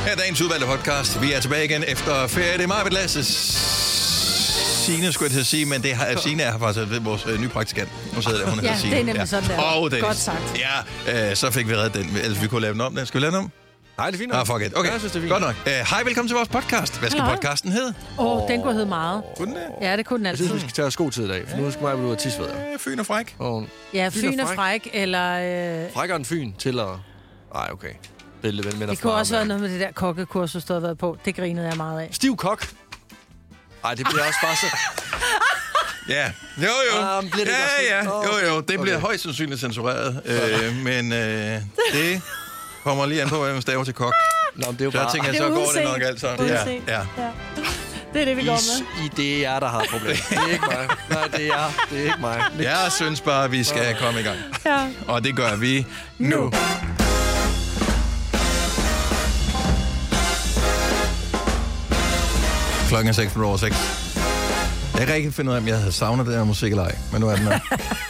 Her er dagens udvalgte podcast. Vi er tilbage igen efter ferie. Det er Marvitt Lasse. Signe skulle jeg til at sige, men det har, Signe er faktisk vores nye praktikant. Hun sidder der, hun hedder Signe. Ja, det er nemlig sådan der. Godt sagt. Ja, så fik vi reddet den. Ellers vi kunne lave den om. Skal vi lave den om? Nej, det er fint. Fuck it. Okay, jeg synes, det er fint. Godt nok. Hej, velkommen til vores podcast. Hvad skal podcasten hedde? Den kunne hedde meget. Kunne den? Ja, det kunne den altid. Jeg synes, vi skal tage os god tid i dag, for nu skal mig ud af tidsved. Fyn og fræk. Ja, Fyn og fræk, eller... Frækkeren Fyn til at... Nej, okay. Det kunne også være noget med det der kokkekursus, du har været på. Det grinede jeg meget af. Stiv kok. Ej, det bliver også bare så... Ja, jo. Det bliver højst sandsynligt censureret, men det kommer lige an på, hvad man staver til kok. Nå, det er jo så jeg tænker, så går det nok alt sammen. Ja. Det er det, vi går med. Det er jer, der har problemer. Det er ikke mig. Nej, det er ikke mig. Jeg synes bare, at vi skal komme i gang. Ja. Og det gør vi nu. Klokken er 6:06. Jeg kan ikke finde ud af, om jeg havde savnet det her musik eller ej, men nu er den her.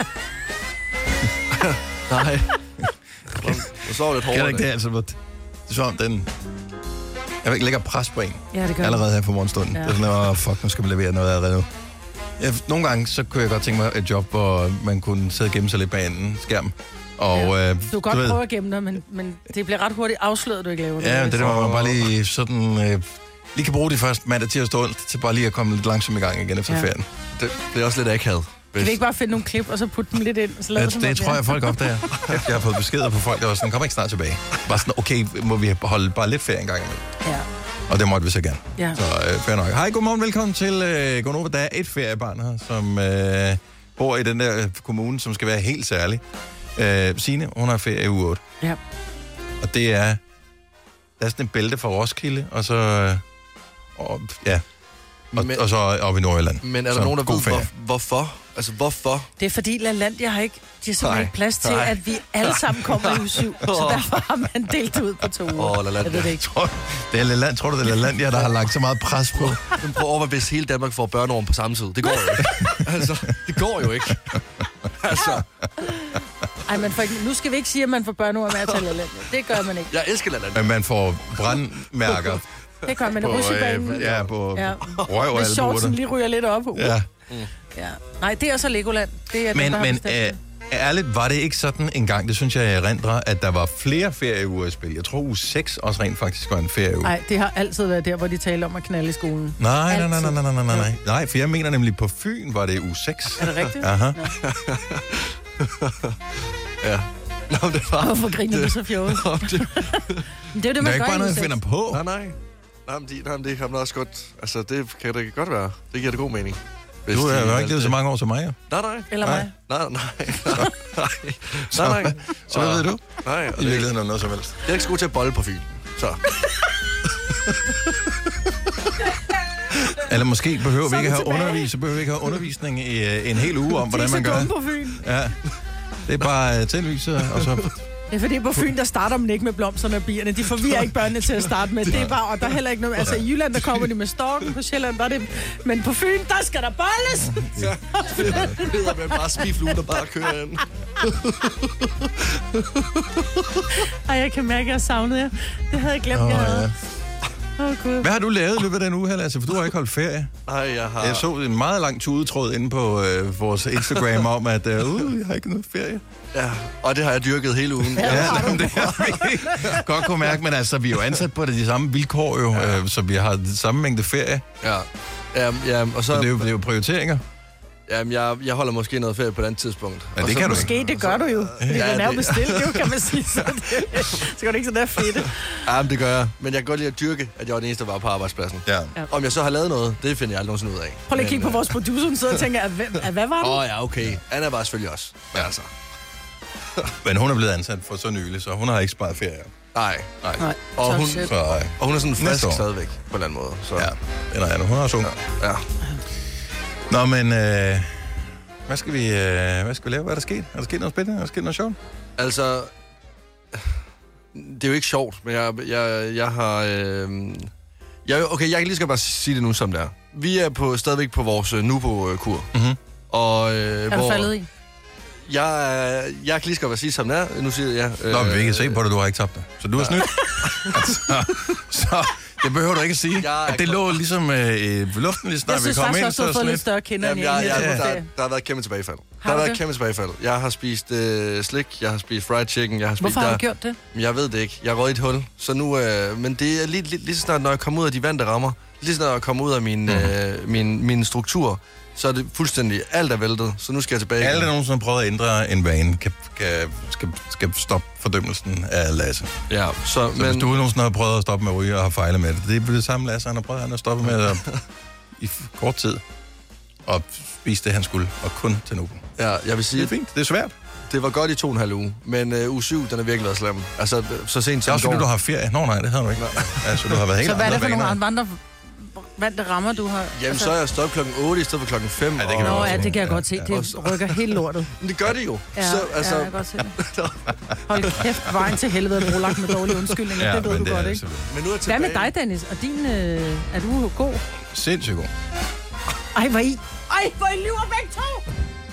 Nej. Du sover lidt hårdere. Kan det ikke det, altså? Det er som den... Jeg vil lægge pres på en. Ja, det gør allerede her på morgenstunden. Ja. Det er sådan, fuck, nu skal vi levere noget allerede nu. Nogle gange, så kunne jeg godt tænke mig et job, hvor man kunne sidde og gemme sig lidt bag anden skærm. Og, du kan godt prøve at gemme dig, men det bliver ret hurtigt afsløret, du ikke laver det. Ja, det der, man bare lige sådan... lige kan bruge det først mandag, tirsdag og onsdag til bare lige at komme lidt langsomt i gang igen efter ferien. Det er også lidt akavet. Kan vi ikke bare finde nogle klip, og så putte dem lidt ind? Så det tror jeg, folk opdager. Jeg har fået beskeder på folk, der var sådan, kommer ikke snart tilbage. Bare sådan, okay, må vi holde bare lidt ferie en gang imellem? Ja. Og det måtte vi så gerne. Ja. Så fair nok. Hej, godmorgen, velkommen til Gonova. Der er et feriebarn her, som bor i den der kommune, som skal være helt særlig. Signe, hun har ferie i uge 8. Ja. Og det er... Der er sådan en bælte fra Roskilde, og så... og så op i Nordjylland. Men er der nogen, der ved, hvorfor? Altså, hvorfor? Det er fordi LaLandia har ikke ikke plads til, at vi alle sammen kommer i uge 7. Så derfor har man delt ud på 2 uger. Jeg ved det ikke. Tror du, det er LaLandia, der har lagt så meget pres på? Men prøv over, hvis hele Danmark får børnerum på samme tid. Det går jo ikke. Altså, det går jo ikke. Altså... Ej, men nu skal vi ikke sige, at man får børneord med at tage LaLandia. Det gør man ikke. Jeg elsker LaLandia. Men man får brandmærker. Det gør man. Rutsjebanen. Ja, på røv og hvis shortsen lige ryger lidt op. Ja. Nej, det er så Legoland. Det er men ærligt, var det ikke sådan en gang, det synes jeg erindrer, at der var flere ferieuger i spil. Jeg tror, uge 6 også rent faktisk var en ferieuge. Nej, det har altid været der, hvor de taler om at knalde i skolen. Nej. Nej, for jeg mener nemlig, på Fyn var det uge 6. Er det rigtigt? Aha. Ja. Nå, det var... Hvorfor griner du så fjollet? Det er jo det, man gør. Det er ikke bare noget, jeg finder på. Nej. Det kan man også godt... Altså, det kan det godt være. Det giver det god mening. Du har jo ikke levet så mange år som mig, jo. Nej. Eller mig. Nej. Så hvad ved du? Nej. Jeg har ikke levet noget som helst. Jeg er ikke så god til at bolle på Fyn. Så... Eller måske behøver vi ikke have undervisning i en hel uge om, hvordan man gør. Det er så dumt på Fyn. Ja. Det er bare tændviser, og så... Det er fordi på Fyn, der starter man ikke med blomsterne og bierne. De forvirrer ikke børnene til at starte med. Det er bare, og der er heller ikke noget... Altså i Jylland, der kommer de med storken. På Sjælland, der er det... Men på Fyn, der skal der bolles! Ja, det er med bare spiflue, der bare kører ind. Ej, jeg kan mærke, at jeg savnede jer. Det havde jeg glemt, jeg havde. Hvad har du lavet i løbet af den uge her, Lasse? For du har ikke holdt ferie. Nej, jeg har... Jeg så en meget lang tudetråd inde på vores Instagram om, at jeg har ikke noget ferie. Ja, og det har jeg dyrket hele ugen. Det har vi godt kunne mærke, men altså, vi er jo ansat på de samme vilkår, jo, så vi har den samme mængde ferie. Ja, og så det er jo prioriteringer. Jamen, jeg holder måske noget ferie på et andet tidspunkt. Ja, det kan du måske, det gør du jo. Den er jo bestilt, jo, kan man sige. Så går det ikke sådan der fedt. Jamen, det gør jeg. Men jeg kan godt lide at dyrke, at jeg var den eneste, der var på arbejdspladsen. Ja. Om jeg så har lavet noget, det finder jeg aldrig nogensinde ud af. Prøv lige at kigge på vores producer, hun sidder og tænker, hvad var det? Ja, okay. Anna var selvfølgelig også. Men altså. Men hun er blevet ansat for så nylig, så hun har ikke sparet ferie. Nej. Og hun er sådan frisk stadigvæk, på en eller anden måde. Så. Ja, det er Anna. Hun er også ung. Ja. Nå, men hvad skal vi lave? Hvad er der sket? Er der sket noget spændende? Er der sket noget sjovt? Altså, det er jo ikke sjovt, men jeg har... Okay, jeg kan lige skal bare sige det nu, som det er. Vi er stadigvæk på vores Nubo-kur. Mm-hmm. Og, er du faldet i? Jeg kan lige så godt sige, som det er. Nu siger jeg... Nå, vi kan se på det, du har ikke tabt det. Så du har snydt. så det behøver du ikke at sige. At det lå ligesom i luften, lige snart vi kom ind. Jeg synes faktisk også, du har fået lidt større kinder end der har været kæmpe tilbagefald. Jeg har spist slik, jeg har spist fried chicken, jeg har spist... Hvorfor har du gjort det? Jeg ved det ikke. Jeg røg i et hul. Så nu... men det er lige så snart, når jeg kommer ud af de vante rammer, lige så snart jeg kommer ud af min struktur, så er det fuldstændig... Alt er væltet, så nu skal jeg tilbage. Alle, der nogensinde har prøvet at ændre en vane, skal stoppe fordømmelsen af Lasse. Ja, så hvis du nogensinde har prøvet at stoppe med at ryge og har fejlet med det, det er det samme Lasse, han har prøvet at stoppe med i kort tid. Og spise det, han skulle, og kun til nu. Ja, jeg vil sige... Det er fint, det er svært. Det var godt i 2,5 uge, men uge 7, den er virkelig været slem. Altså, så sent som også fordi du har ferie. Nå nej, det har du ikke. Altså, du har været helt så hvad er det for nogle andre vante rammer, du har? Jamen, altså... så er jeg stået klokken 8 i stedet for klokken 5. Ja, det kan det kan jeg godt se. Det rykker helt lortet. Men det gør det jo. Ja, så, altså... ja, jeg kan godt se det. Hold kæft, vejen til helvede er brolagt med dårlige undskyldninger. Det ved du godt, ikke? Men nu er hvad med dig, Dennis? Og din, er du god? Sindssygt god. Ej, hvor I lyver begge to!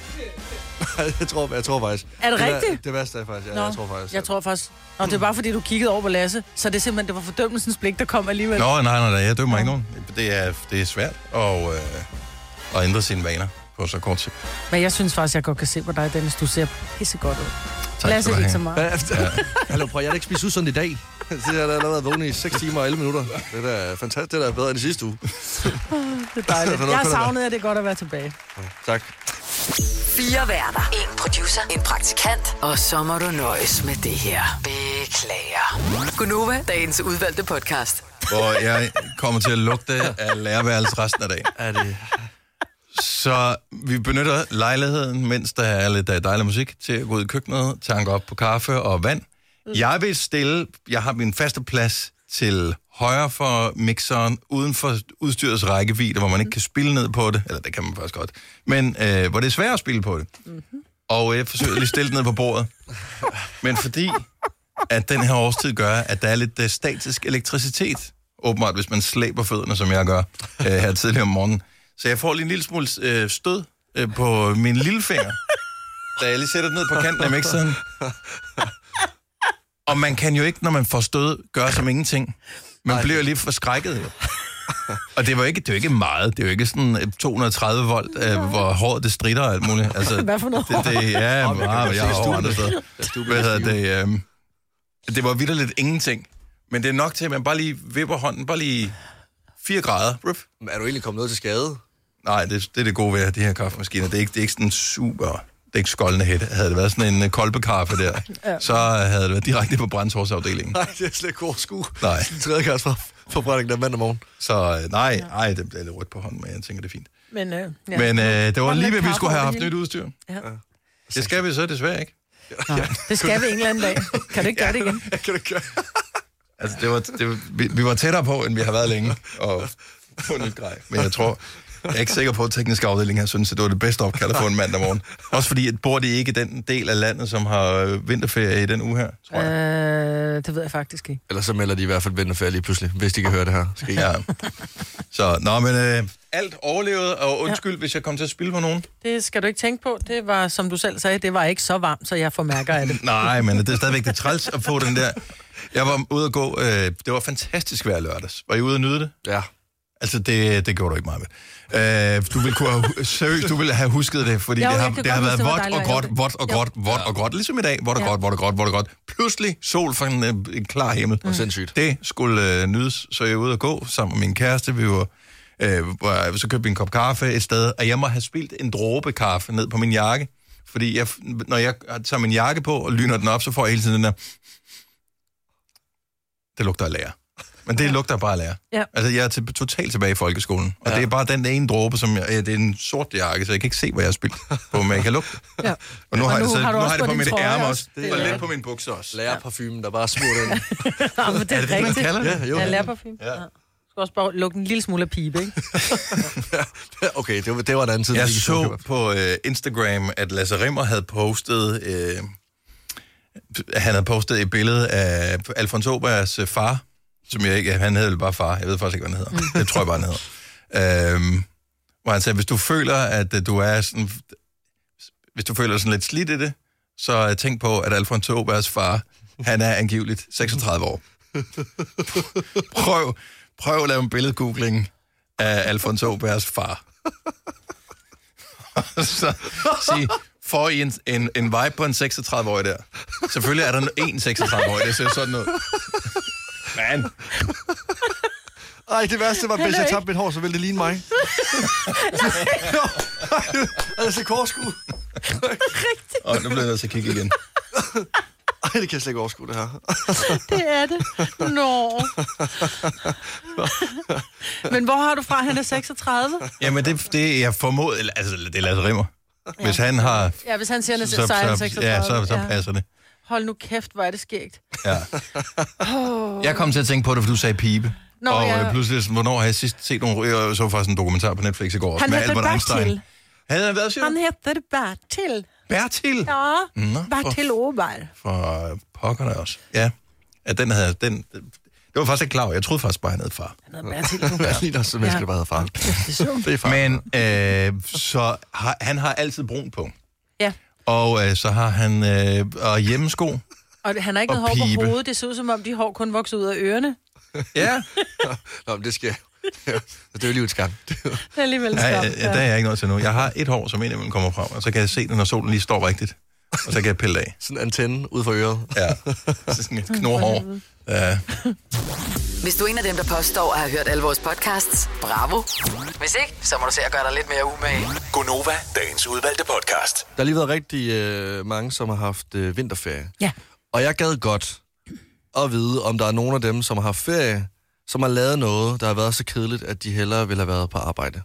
jeg tror faktisk. Er det rigtigt? Det værste er faktisk, Jeg tror faktisk. Og det er bare fordi, du kiggede over på Lasse, så det er simpelthen, det var fordømmelsens blik, der kom alligevel. Nej, jeg dømmer ikke nogen. Det er svært at ændre sine vaner på så kort sigt. Men jeg synes faktisk, jeg godt kan se på dig, Dennis. Du ser pissegodt ud. Tak, Lasse ikke så meget. Hallo, prøv, jeg har ikke spist ud sådan i dag. Det har allerede vågnet i 6 timer og 11 minutter. Det er fantastisk. Det er bedre end i sidste uge. Det er dejligt. Jeg har savnet, at det er godt at være tilbage. Tak. 4 værter. 1 producer. 1 praktikant. Og så må du nøjes med det her. Beklager. Gunova, dagens udvalgte podcast. Hvor jeg kommer til at lugte af lærerværelse resten af dagen. Er det... Så vi benytter lejligheden, mens der er lidt dejlig musik, til at gå ud i køkkenet, tanke op på kaffe og vand. Jeg har min faste plads til højre for mixeren, uden for udstyrets rækkevidde, hvor man ikke kan spille ned på det, eller det kan man faktisk godt, men hvor det er svært at spille på det. Og jeg forsøger lige stille det ned på bordet. Men fordi at den her årstid gør, at der er lidt statisk elektricitet, åbenbart, hvis man slæber fødderne, som jeg gør her tidligere om morgenen. Så jeg får lige en lille smule stød på min lillefinger, da jeg lige sætter den ned på kanten af mixeren. Og man kan jo ikke, når man får stød, gøre som ingenting. Man bliver jo lige forskrækket. Jo. Og det er jo ikke meget. Det er jo ikke sådan 230 volt, hvor håret det stritter og alt muligt. Altså, hvad for noget? Jeg har over andre steder. Det var vitterligt ingenting. Men det er nok til, at man bare lige vipper hånden, bare lige 4 grader. Men er du egentlig kommet noget til skade? Nej, det er det gode ved de her kaffemaskiner. Det er ikke sådan super... Det er ikke skoldende hætte. Havde det været sådan en kolbekaffe der, så havde det været direkte på brændsårsafdelingen. Nej, det er slet ikke god skue. Nej. En tredjegads forbrænding der mandag morgen. Så nej, det bliver lidt rødt på hånden, men jeg tænker, det er fint. Men det var lige ved, vi skulle have haft nyt udstyr. Ja. Det skal vi så desværre ikke. Ja. Det skal vi en eller anden dag. Kan du ikke gøre det igen? Kan du ikke gøre? Altså, vi var tættere på, end vi har været længe, og få nyt grej. Men jeg er ikke sikker på, at teknisk afdeling her synes, at det var det bedste opkald at få en mandag morgen. Også fordi, at bor de ikke i den del af landet, som har vinterferie i den uge her, tror jeg. Det ved jeg faktisk ikke. Eller så melder de i hvert fald vinterferie lige pludselig, hvis de kan høre det her. Ja. Så, alt overlevet, og undskyld, hvis jeg kom til at spille på nogen. Det skal du ikke tænke på. Det var, som du selv sagde, det var ikke så varmt, så jeg formærker af det. Nej, men det er stadigvæk det træls at få den der. Jeg var ude at gå, det var fantastisk vejr lørdags. Var I ude at nyde det? Ja. Altså, det gjorde du ikke meget med. Du ville have husket det, fordi det har været vådt og gråt. Ligesom i dag, vådt og gråt. Pludselig sol fra en klar himmel. Sindssygt. Det skulle nydes, så jeg var ude at gå sammen med min kæreste. Vi var, så købte vi en kop kaffe et sted, og jeg må have spildt en dråbe kaffe ned på min jakke. Fordi når jeg tager min jakke på og lyner den op, så får jeg hele tiden den der... Det lugter af lærer. Men det lugter bare af lærer. Ja. Altså, jeg er totalt tilbage i folkeskolen. Og det er bare den ene dråbe, som det er en sort jakke, så jeg kan ikke se, hvad jeg har spildt på, men jeg kan lugte. Ja. Og nu har jeg det på mit trøje ærme også. Det Og lidt på min bukser også. Lærerparfumen, der bare smurt ind. Ja, men det er det, man kalder det? Ja, lærerparfume. Ja. Du skal også bare lukke en lille smule af pibe, ikke? Okay, det var en anden tid. Jeg så på Instagram, at Lasse Rimmer havde postet... han havde postet et billede af Alfons Åbergs far, som jeg ikke... Han hedder bare far. Jeg ved faktisk ikke, hvad han hedder. Det tror jeg bare, han hedder. Hvor han sagde, hvis du føler, at du er sådan hvis du føler dig sådan lidt slidt i det, så tænk på, at Alfons Åbergs far, han er angiveligt 36 år. Prøv at lave en billedgoogling af Alfons Åbergs far. Så sig, får I en vibe på en 36-årig der? Selvfølgelig er der en 36-årig, det ser sådan ud. Man. Ej, det værste var, hvis jeg tabte mit hår, så ville det ligne mig. Altså, korskud. Rigtigt. Og nu bliver jeg nødt til at kigge igen. Ej, det kan jeg slet ikke overskue, det her. Det er det. Nå. Men hvor har du fra, han er 36? Jamen, det jeg formoder, altså, det er Lasse Rimmer. Hvis han har... Ja, hvis han siger, så er han 36. Ja, så passer det. Hold nu kæft, hvor er det skægt. Ja. Jeg kom til at tænke på det, for du sagde pibe. Nå, og pludselig, hvornår har jeg sidst set nogle ryger, så faktisk en dokumentar på Netflix i går. Han hedder Bertil. Havde han været, siger du? Han hedder Bertil. Bertil? Ja, Bertil Åberg. Fra pokkerne også. Ja, at den havde... Det var faktisk ikke klar over. Jeg troede faktisk bare, han havde far. Han hedder Bertil. Jeg ligner også, at skal være far. Det er far. Men så han har altid brun på. Ja. Og så har han hjemmesko. Og han har ikke noget hår på hovedet. Det ser ud som om, de hår kun vokser ud af ørerne. Ja. Nå, men det sker. Ja, det er jo livets gang. Det er alligevel skam. Ja, der er jeg ikke noget til nu. Jeg har et hår, som indimellem kommer frem, og så kan jeg se det, når solen lige står rigtigt. Og så kan jeg pille af. Sådan en antenne ud for øret. Ja, sådan et knorhår. Ja. Hvis du er en af dem, der påstår at have hørt alle vores podcasts, bravo. Hvis ikke, så må du se at gøre dig lidt mere umage. Gonova, dagens udvalgte podcast. Der har lige været rigtig mange, som har haft vinterferie. Ja. Og jeg gad godt at vide, om der er nogen af dem, som har haft ferie, som har lavet noget, der har været så kedeligt, at de hellere ville have været på arbejde.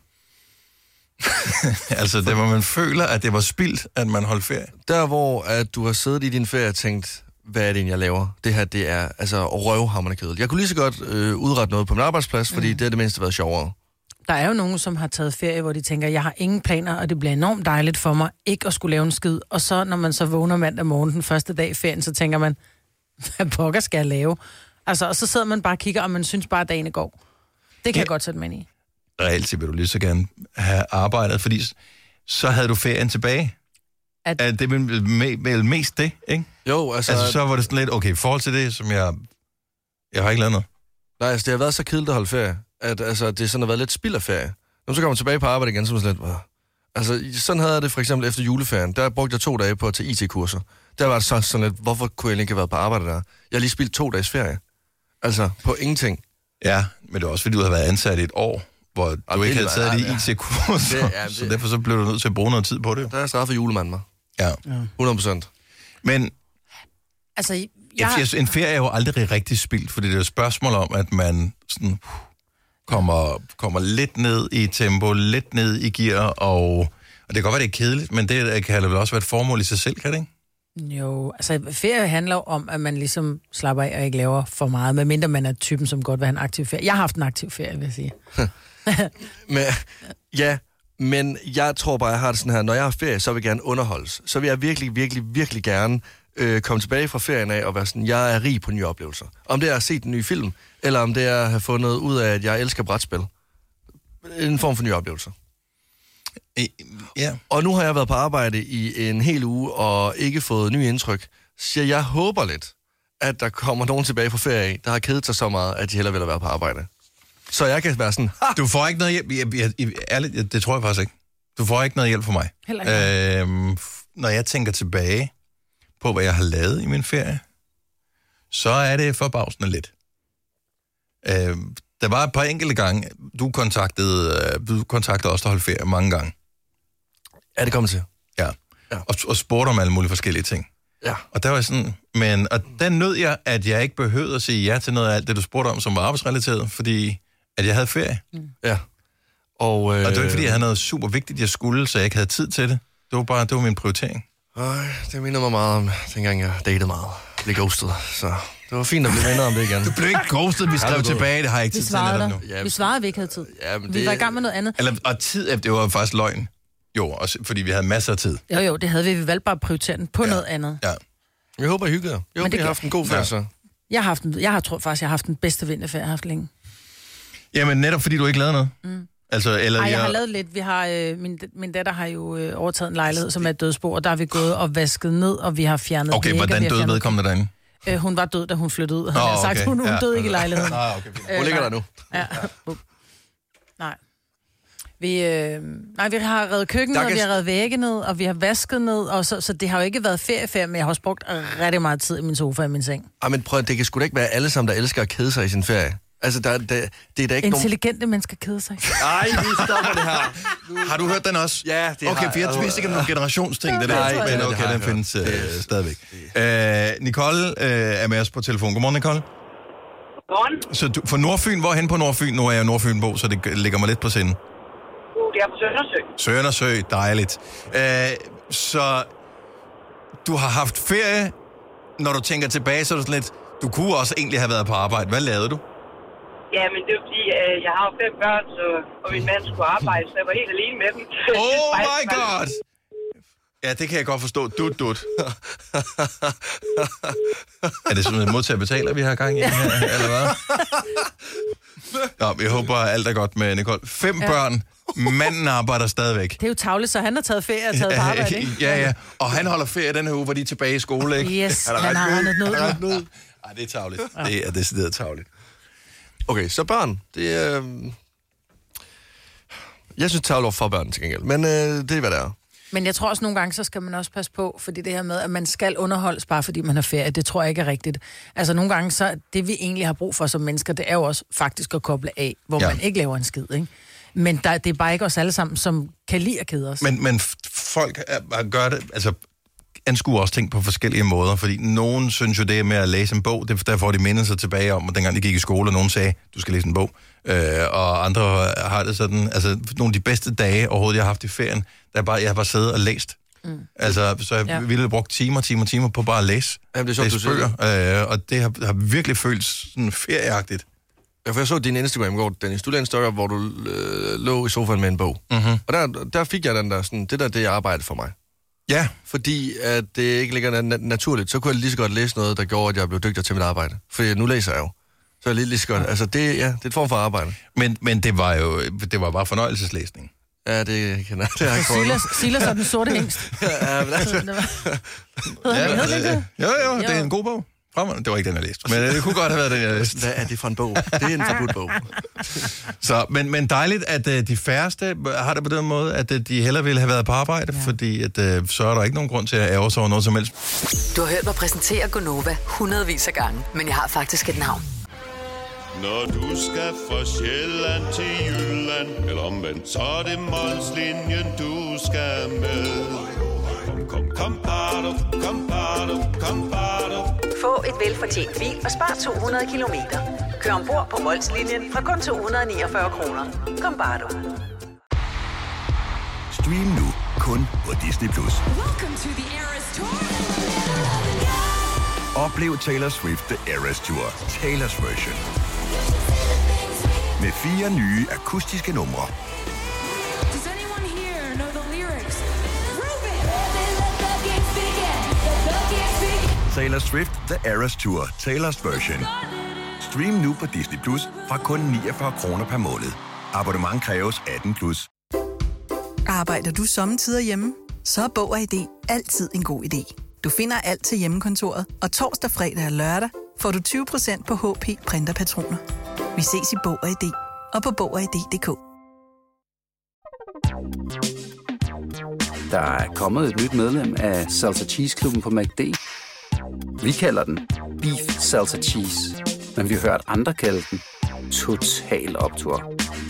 Altså, det hvor man føler, at det var spildt, at man holdt ferie. Der, hvor at du har siddet i din ferie og tænkt, hvad er det egentlig, jeg laver? Det her, det er altså røvhamrende kedeligt. Jeg kunne lige så godt udrette noget på min arbejdsplads, fordi det har det mindste været sjovere. Der er jo nogen, som har taget ferie, hvor de tænker, jeg har ingen planer, og det bliver enormt dejligt for mig ikke at skulle lave en skid. Og så, når man så vågner mandag morgen den første dag i ferien, så tænker man, hvad pokker skal jeg lave? Altså, og så sidder man bare og kigger, og man synes bare, at dagen går. Det kan jeg godt sætte mig ind i. Reelt set vil du lige så gerne have arbejdet, fordi så havde du ferien tilbage. At det vel mest det, ikke? Jo, altså så var det sådan lidt, okay, i forhold til det, som jeg har ikke lavet noget. Nej, altså det har været så kedeligt at holde ferie, at altså, det sådan har været lidt spild af ferie. Når så kommer man tilbage på arbejde igen, så er det sådan lidt, altså sådan havde jeg det for eksempel efter juleferien. Der brugte jeg 2 dage på at tage IT-kurser. Der var det sådan lidt, hvorfor kunne jeg ikke have været på arbejde der? Jeg har lige spildt 2 dages ferie. Altså, på ingenting. Ja, men det er også fordi, du har været ansat i et år, hvor du ikke havde taget de IT-kurser, så derfor så blev du nødt til at bruge noget tid på det. Der er straffet julemanden mig. Ja. 100%. Men altså, en ferie er jo aldrig rigtig spildt, fordi det er jo et spørgsmål om, at man sådan, kommer lidt ned i tempo, lidt ned i gear, og det kan godt være, det er kedeligt, men det kan vel også være et formål i sig selv, kan det ikke? Jo, altså ferie handler om, at man ligesom slapper af og ikke laver for meget, medmindre man er typen, som godt vil have en aktiv ferie. Jeg har haft en aktiv ferie, vil jeg sige. Men jeg tror bare, jeg har det sådan her, når jeg har ferie, så vil jeg gerne underholdes. Så vil jeg virkelig, virkelig, virkelig gerne komme tilbage fra ferien af og være sådan, jeg er rig på nye oplevelser. Om det er at se den nye film, eller om det er at have fundet ud af, at jeg elsker brætspil. En form for nye oplevelser. Ja. Og nu har jeg været på arbejde i en hel uge og ikke fået nye indtryk. Så jeg håber lidt, at der kommer nogen tilbage fra ferie af, der har kedet sig så meget, at de hellere vil være på arbejde. Så jeg kan være sådan, Du får ikke noget hjælp. Ærligt, det tror jeg faktisk ikke. Du får ikke noget hjælp fra mig. Heller ikke. Når jeg tænker tilbage på, hvad jeg har lavet i min ferie, så er det forbavsende lidt. Der var et par enkelte gange, du kontaktede os, der holdt ferie mange gange. er det kommet til? Ja. Og spurgte om alle mulige forskellige ting. Ja. Og der var sådan, og den nød jeg, at jeg ikke behøvede at sige ja til noget af alt det, du spurgte om, som var arbejdsrelateret, fordi at jeg havde ferie. Ja. Og det var ikke, fordi jeg havde noget super vigtigt, jeg skulle, så jeg ikke havde tid til det. Det var min prioritering. Det minder mig meget om, dengang jeg datede meget. Jeg blev ghostet, så det var fint at blive venner om det igen. Du blev ikke ghostet, vi skrev tilbage, det har jeg ikke tid til netop nu. Ja, vi svarede, at vi ikke havde tid. Ja, Vi var i gang med noget andet. Og tid, det var faktisk løgn. Jo, også fordi vi havde masser af tid. Jo, det havde vi. Vi valgte bare at prioritere den på noget andet. Ja. Jeg håber, I hyggede jer. Jeg håber, I har haft en god ferie, så. Jeg tror faktisk, jeg har haft den bedste vinterferie, jeg har haft længe. Jamen netop fordi du ikke lavede noget. Altså, eller jeg har lavet lidt. Vi har, min datter har jo overtaget en lejlighed, som er et dødsbo, og der har vi gået og vasket ned, og vi har fjernet Okay, hvordan døde vedkommende derinde? Hun var død, da hun flyttede ud. Han har sagt, hun døde ikke i lejligheden. Hvor ligger der nu? Ja. Nej. Vi har revet køkkenet, og vi har revet vægge ned, og vi har vasket ned, og så det har jo ikke været ferieferie, men jeg har også brugt rigtig meget tid i min sofa i min seng. Men prøv, det kan sgu da ikke være alle sammen, der elsker at kede sig i sin ferie. Altså, det er da ikke intelligente mennesker keder sig. Nej, vi stopper det her. Har du hørt den også? Ja, det okay, for jeg vidste ikke, om det var generationsting, det der. Nej, men okay, den findes stadigvæk. Nicole er med os på telefon. Godmorgen, Nicole. Godmorgen. Så du, for Nordfyn, hvorhen på Nordfyn? Nu er jeg Nordfynbo, så det ligger mig lidt på sinde. Det er på Søndersø. Søndersø, dejligt. Så du har haft ferie. Når du tænker tilbage, så er du sådan lidt... Du kunne også egentlig have været på arbejde. Hvad lavede du? Ja, men det er fordi, jeg har 5 børn, og min mand skulle arbejde, så jeg var helt alene med dem. Oh my god! Ja, det kan jeg godt forstå. Dut. Er det sådan en modtager betaler, vi har gang i her, eller hvad? Nå, jeg håber, alt er godt med Nicole. 5 børn. Manden arbejder stadigvæk. Det er jo tavligt, så han har taget ferie og taget på arbejde, ikke? Ja. Og han holder ferie den her uge, hvor de er tilbage i skole, ikke? Yes, han har rendet noget. Ej, det er tavligt. Det er decideret tavligt. Okay, så børn. Det er... Jeg synes tavler for børn til gengæld, men det er, hvad det er. Men jeg tror også nogle gange, så skal man også passe på, fordi det her med, at man skal underholdes bare fordi man har ferie, det tror jeg ikke er rigtigt. Altså nogle gange, så det vi egentlig har brug for som mennesker, det er jo også faktisk at koble af, hvor man ikke laver en skid, ikke? Men det er bare ikke os alle sammen, som kan lide at kede os. Men folk gør det, altså anskuer også ting på forskellige måder, fordi nogen synes jo det med at læse en bog, der får de mindet sig tilbage om, at dengang de gik i skole, og nogen sagde, du skal læse en bog, og andre har det sådan, altså nogle af de bedste dage overhovedet, jeg har haft i ferien, jeg har bare siddet og læst. Altså, så jeg ville have brugt timer på bare at læse. Jamen, det er sjovt, læse bøger, og det har virkelig føltes sådan ferieagtigt. Ja, for jeg så din Instagram i går, Dennis. Du lavede en story, hvor du lå i sofaen med en bog. Mm-hmm. Og der fik jeg den der, sådan, det er arbejde for mig. Ja. Fordi at det ikke ligger naturligt, så kunne jeg lige så godt læse noget, der gjorde, at jeg blev dygtigere til mit arbejde. Fordi nu læser jeg jo. Så jeg lige så godt, altså det er et form for arbejde. Men det var bare fornøjelseslæsning. Ja, det kan jeg Silas og den sorte hængst. Ja, men altså... Jo, det er en god bog. Det var ikke den, jeg læste, men det kunne godt have været den, jeg læste. Hvad er det for en bog? Det er en forbudt bog. Så, men dejligt, at de færreste har det på den måde, at de hellere ville have været på arbejde, fordi at, så er der ikke nogen grund til at ærge sig over noget som helst. Du har hørt mig præsentere Gonova hundredvis af gange, men jeg har faktisk et navn. Når du skal fra Sjælland til Jylland, eller omvendt, så er det Molslinjen, du skal med. Kom, bado. Få et velfortjent bil og spar 200 kilometer. Kør ombord på Molslinjen fra kun 249 kroner. Kom bare du. Stream nu kun på Disney+. Oplev Taylor Swift The Eras Tour, Taylor's version. Med 4 nye akustiske numre. Taylor Swift The Eras Tour, Taylor's version. Stream nu på Disney Plus fra kun 49 kroner per måned. Abonnement kræves 18+. Arbejder du sommetider hjemme? Så er Bog og ID altid en god idé. Du finder alt til hjemmekontoret, og torsdag, fredag og lørdag får du 20% på HP printerpatroner. Vi ses i Bog og ID og på BogOgID.dk. Der er kommet et nyt medlem af Salsa Cheese Klubben på McD. Vi kalder den Beef Salsa Cheese, men vi har hørt andre kalde den Total Optur.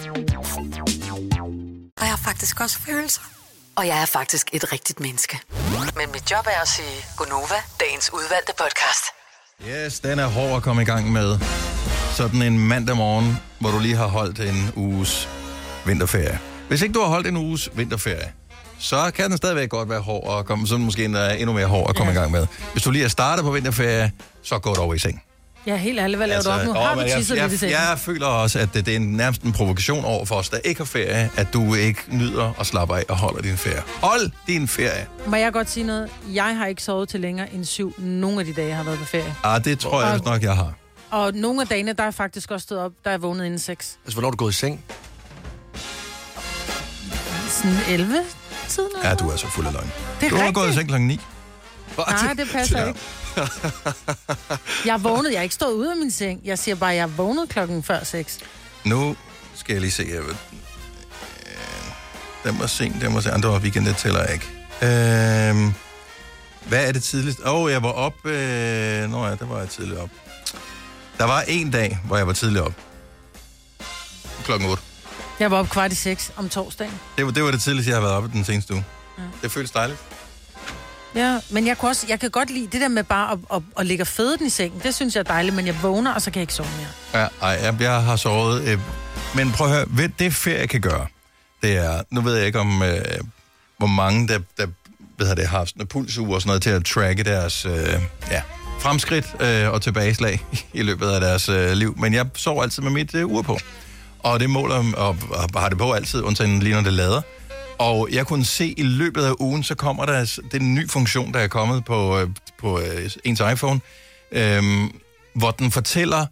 Og jeg har faktisk også følelser. Og jeg er faktisk et rigtigt menneske. Men mit job er at sige Gonova, dagens udvalgte podcast. Yes, den er hård at komme i gang med. Sådan en mandag morgen, hvor du lige har holdt en uges vinterferie. Hvis ikke du har holdt en uges vinterferie, så kan den stadigvæk godt være hård at komme, sådan måske endnu mere hård at komme i gang med. Hvis du lige er startet på vinterferie, så går du over i seng. Ja, helt ærligt, hvad laver du op nu? Har du tisset lidt i sengen? Jeg føler også, at det er nærmest en provokation over for os, der ikke har ferie, at du ikke nyder og slapper af og holder din ferie. Hold din ferie. Må jeg godt sige noget? Jeg har ikke sovet til længere end 7. Nogle af de dage, jeg har været på ferie. Det tror jeg nok, jeg har. Og nogle af dagene, der er faktisk også stået op, der er vågnet inden 6. Altså, hvornår er du gået i seng? sådan 11-tiden. Ja, du er så fuld af løgn. Det er du har rigtigt. gået i seng klokken 9. Nej, det passer ikke. Jeg vågnede. Jeg er ikke stået ude af min seng. Jeg siger bare, at jeg vågnede klokken før 6. Nu skal jeg lige se. Den var sent, andre weekend, det tæller jeg ikke. Hvad er det tidligst? Jeg var op... der var jeg tidligt op. Der var en dag, hvor jeg var tidligt op. Klokken 8. Jeg var op 5:15 om torsdagen. Det var det tidligste, jeg har været oppe den seneste uge. Ja. Det føles dejligt. Ja, men jeg kan godt lide det der med bare at ligge og føde den i sengen. Det synes jeg er dejligt, men jeg vågner, og så kan jeg ikke sove mere. Ja, jeg har sovet. Men prøv at høre, hvad det ferie kan gøre, det er... Nu ved jeg ikke om, hvor mange, der har sådan pulsuger og sådan noget til at tracke deres fremskridt og tilbageslag i løbet af deres liv. Men jeg sover altid med mit ur på. Og det måler og har det på altid, undtagen lige når det lader. Og jeg kunne se i løbet af ugen, så kommer der den ny funktion, der er kommet på ens iPhone, hvor den fortæller,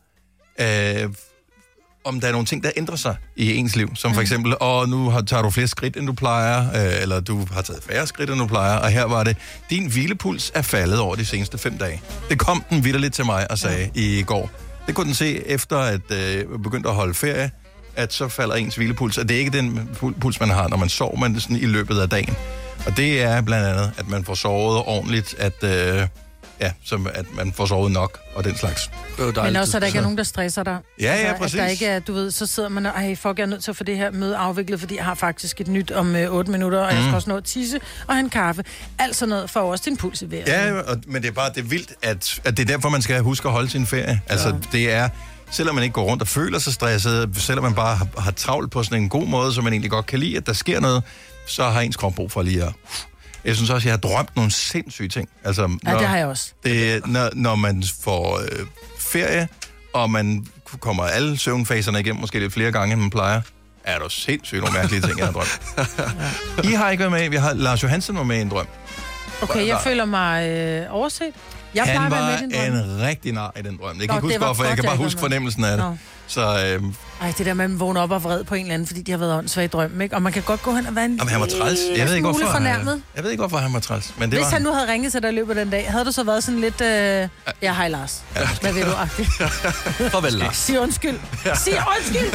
om der er nogle ting, der ændrer sig i ens liv. Som for eksempel, nu tager du flere skridt, end du plejer, eller du har taget færre skridt, end du plejer. Og her var det, din hvilepuls er faldet over de seneste 5 dage. Det kom den vitterligt til mig og sagde i går. Det kunne den se efter, at jeg begyndte at holde ferie, at så falder ens hvilepuls. Og det er ikke den puls, man har, når man sover, men det er sådan i løbet af dagen. Og det er blandt andet, at man får sovet ordentligt, at man får sovet nok, og den slags. Men også, at der ikke er nogen, der stresser dig. Ja, præcis. At der ikke er, du ved, så sidder man og, jeg er nødt til at få det her møde afviklet, fordi jeg har faktisk et nyt om 8 minutter, og jeg skal også nå at tisse og have en kaffe. Alt sådan noget får også din puls i vejret. Ja, men det er bare, det er vildt, at det er derfor, man skal huske at holde sin ferie. Altså, det er... Selvom man ikke går rundt og føler sig stresset, selvom man bare har travlt på sådan en god måde, så man egentlig godt kan lide, at der sker noget, så har ens krop brug for lige at... Jeg synes også, jeg har drømt nogle sindssyge ting. Altså, det har jeg også. Når man får ferie, og man kommer alle søvnfaserne igennem, måske lidt flere gange, end man plejer, er der sindssygt nogle mærkelige ting, jeg har drømt. I har ikke været med. Lars Johansen var med i en drøm. Okay, jeg føler mig overset. Han var en rigtig nar i den drøm. Jeg kan ikke huske hvorfor, jeg kan bare huske fornemmelsen af det. Så, det der med, at man vågner op og vred på en eller anden, fordi de har været åndssvagt i drømmen, ikke? Og man kan godt gå hen og være en han var træls. Jeg ved ikke, hvorfor han var træls. Men hvis han nu havde ringet til dig i løbet af den dag, havde du så været sådan lidt, hej Lars. Hvad vil du? Farvel Lars. Sig undskyld. Sig undskyld!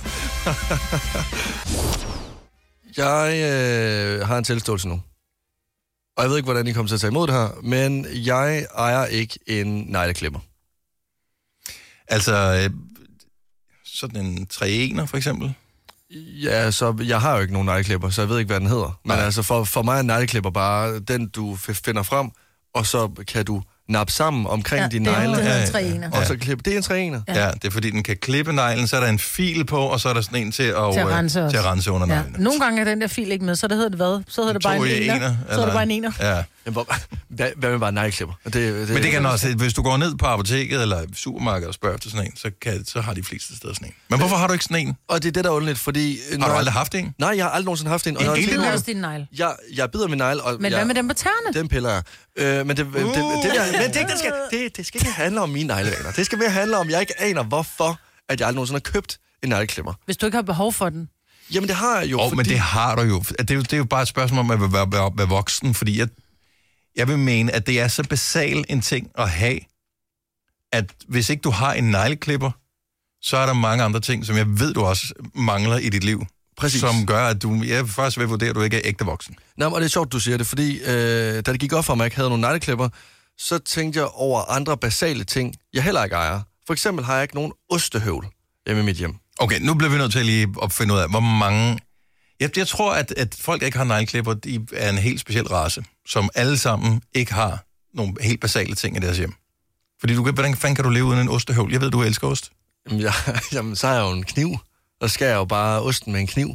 Jeg har en tilståelse nu. Og jeg ved ikke, hvordan I kommer til at tage imod det her, men jeg ejer ikke en negleklipper. Altså, sådan en 3-1'er for eksempel? Ja, så jeg har jo ikke nogen negleklipper, så jeg ved ikke, hvad den hedder. Men altså, for mig er en negleklipper bare den, du finder frem, og så kan du nappe sammen omkring dine negle. Det er en 3-1'er. Og så klippe. Det er en 3-1'er. Ja, det er fordi, den kan klippe neglen, så er der en fil på, og så er der sådan en til at rense under neglene. Nogle gange er den der fil ikke med, så det hedder det hvad? Så hedder det bare en 1'er. Så er det bare en 1'er. Ja. Hvad med bare negleklipper? Men det kan også, hvis du går ned på apoteket eller supermarkedet og spørger til sådan en, så har de fleste steder sådan en. Men hvorfor har du ikke sådan en? Og det er det, der er underligt, fordi... Har du aldrig haft en? Nej, jeg har aldrig nogensinde haft en. Og det er også din negle. Jeg bider min negle. Men hvad med dem på tæerne? Den piller jeg. Men det skal ikke handle om mine neglevaner. Det skal mere handle om, jeg ikke aner, hvorfor at jeg aldrig nogensinde har købt en negleklipper. Hvis du ikke har behov for den. Jamen, det har jeg jo. Men det har du jo. Det er jo bare et spørgsmål om at være voksen, fordi jeg vil mene, at det er så basal en ting at have, at hvis ikke du har en negleklipper, så er der mange andre ting, som jeg ved, du også mangler i dit liv. Præcis. Som gør, at jeg først vil vurdere, at du ikke er ægte voksen. Nå, og det er sjovt, du siger det, fordi da det gik op for mig, at jeg ikke havde nogen negleklipper, så tænkte jeg over andre basale ting, jeg heller ikke ejer. For eksempel har jeg ikke nogen ostehøvl hjemme i mit hjem. Okay, nu bliver vi nødt til at lige opfinde ud af, hvor mange... Jeg tror, at folk, der ikke har negleklipper, de er en helt speciel race, som alle sammen ikke har nogle helt basale ting i deres hjem. Fordi hvordan fanden kan du leve uden en ostehøvl? Jeg ved, du elsker ost. Jamen, så har jeg jo en kniv. Og skærer jeg jo bare osten med en kniv.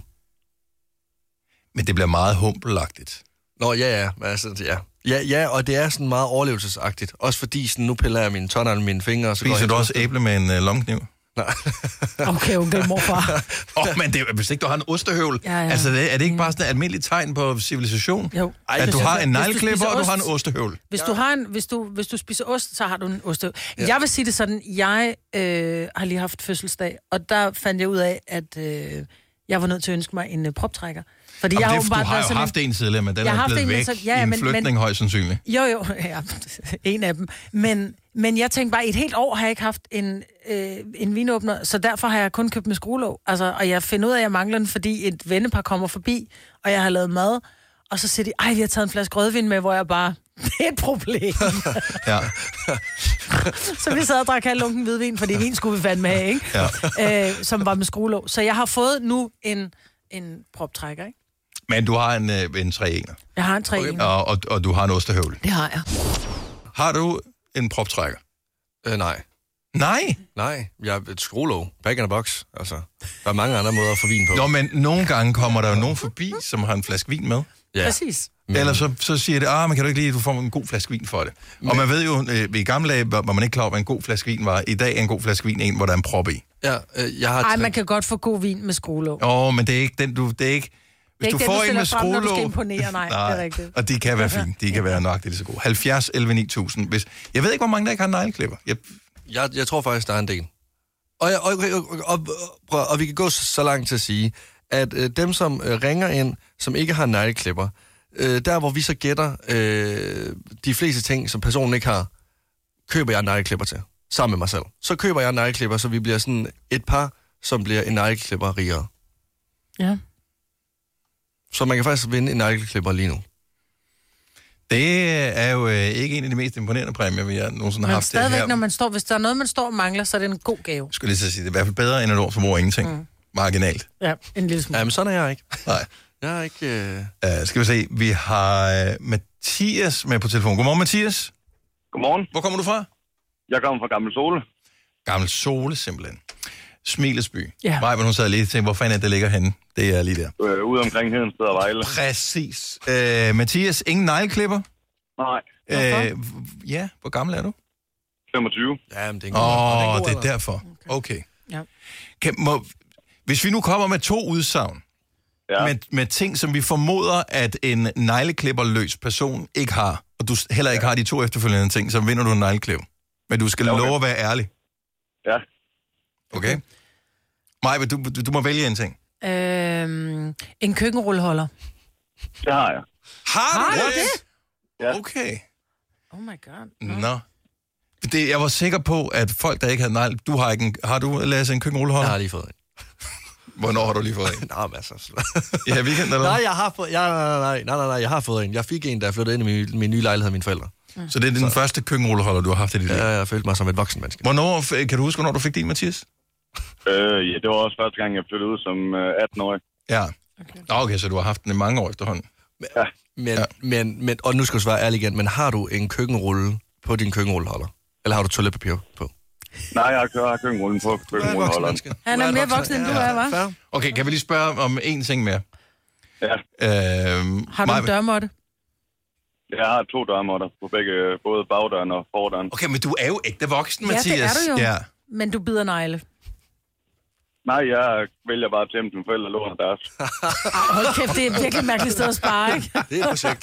Men det bliver meget humpelagtigt. Nå, ja. Altså, ja, og det er sådan meget overlevelsesagtigt. Også fordi, sådan, nu piller jeg mine tånder med mine fingre. Spiser du også æble med en lommekniv? Nej. Okay, morfar. Men hvis ikke du har en ostehøvl, altså er det ikke bare sådan et almindeligt tegn på civilisation? Jo. At du har en negleklipper, og du har en ostehøvl? Hvis du spiser ost, så har du en ostehøvl. Ja. Jeg vil sige det sådan, jeg har lige haft fødselsdag, og der fandt jeg ud af, at jeg var nødt til at ønske mig en proptrækker. Fordi Jamen, jeg du har jo haft en tidligere, men den er blevet væk i en flytning højst sandsynligt. Jo, ja, en af dem. Men jeg tænkte bare, i et helt år har jeg ikke haft en vinåbner, så derfor har jeg kun købt med skruelåg. Altså, og jeg finder ud af, at jeg mangler den, fordi et vennepar kommer forbi, og jeg har lavet mad, og så siger de, vi har taget en flaske rødvin med, hvor jeg bare, det er et problem. Ja. Så vi sad og drak halvlunken hvidvin, fordi vin skulle vi fandme have, ikke? Ja. Som var med skruelåg. Så jeg har fået nu en proptrækker, ikke? Men du har en 3-1'er. Jeg har en 3-1'er. Og du har en ostehøvle. Det har jeg. Har du en proptrækker? Nej. Nej? Nej, jeg er et skruelåg. Back in a box. Altså, der er mange andre måder at få vin på. Nå, men nogle gange kommer der jo nogen forbi, som har en flaske vin med. Ja. Præcis. Eller så siger det, man kan du ikke lide, at du får en god flaske vin for det. Men... Og man ved jo, i gamle dage var man ikke klar over, hvad en god flaske vin var. I dag er en god flaske vin en, hvor der er en prop i. Ja, jeg har... man kan godt få god vin med skruelåg. Men det er ikke den, det er ikke... Hvis du får en med skruelåg... Du skal imponere, nej, det er rigtigt. Og de kan være fine. De kan være nøjagtigt lige så gode. 70 11 9000. Jeg ved ikke, hvor mange der ikke har negleklipper. Jeg tror faktisk, der er en del. Og vi kan gå så langt til at sige, at dem, som ringer ind, som ikke har negleklipper, der hvor vi så gætter de fleste ting, som personen ikke har, køber jeg negleklipper til. Sammen med mig selv. Så køber jeg negleklipper, så vi bliver sådan et par, som bliver en negleklipper rigere. Ja. Så man kan faktisk vinde en negleklipper lige nu. Det er jo ikke en af de mest imponerende præmier, vi har nogensinde har haft. Stadigvæk, det her. når man står, hvis der er noget, man står og mangler, så er det en god gave. Jeg skulle lige så sige, det er i hvert fald bedre end et år, som bruger ingenting. Marginalt. Ja, en lille smule. Ja, men sådan er jeg ikke. Nej. Jeg er ikke... Skal vi se, vi har Mathias med på telefon. Godmorgen, Mathias. Godmorgen. Hvor kommer du fra? Jeg kommer fra Gammel Sole. Gammel Sole, simpelthen. Smilesby. Ja. Men hun sad lige og tænkte, hvor fanden er det ligger henne? Det er lige der. Ude omkring Hedensted og Vejle. Præcis. Mathias, ingen negleklipper? Nej. Ja, hvor gammel er du? 25. Ja, men det er det er derfor. Okay. Ja. Hvis vi nu kommer med 2 udsagn, med ting, som vi formoder, at en negleklipperløs person ikke har, og du heller ikke har de 2 efterfølgende ting, så vinder du en negleklipper. Men du skal love at være ærlig. Ja. Okay? Maja, du må vælge en ting. En køkkenrulleholder. Det har jeg. Har du det? Ja. Okay. Oh my god. Nå. Jeg var sikker på, at folk, der ikke havde negle... Har du, Lasse, en køkkenrulleholder? Jeg har lige fået en. Hvornår har du lige fået en? Nå, men altså... I her weekend, eller? Nej, jeg har fået... Nej, jeg har fået en. Jeg fik en, da jeg flyttede ind i min nye lejlighed af mine forældre. Så det er den første køkkenrulleholder, du har haft i dit liv? Ja, jeg følte mig som et voksen menneske. Kan du huske, hvornår du fik din, Mathias? Det var også første gang, jeg flyttede ud som 18-årig. Ja. Okay, så du har haft den i mange år efterhånden. Ja. Men, og nu skal du svare ærligt igen, men har du en køkkenrulle på din køkkenrulleholder? Eller har du toiletpapir på? Nej, jeg har køkkenrullen på køkkenrulleholderen. Han er mere voksen, end du er, hva'? Okay, kan vi lige spørge om en ting mere? Ja. Har du en dørmåtte? Jeg har 2 dørmåtter på både bagdøren og fordøren. Okay, men du er jo ægte voksen, Mathias. Ja, det er du jo. Ja. Men du bider negle. Nej, jeg vælger bare at tæmme dine forældre låner deres. Hold kæft, det er et virkelig mærkeligt sted at spare, ikke? Det er et projekt.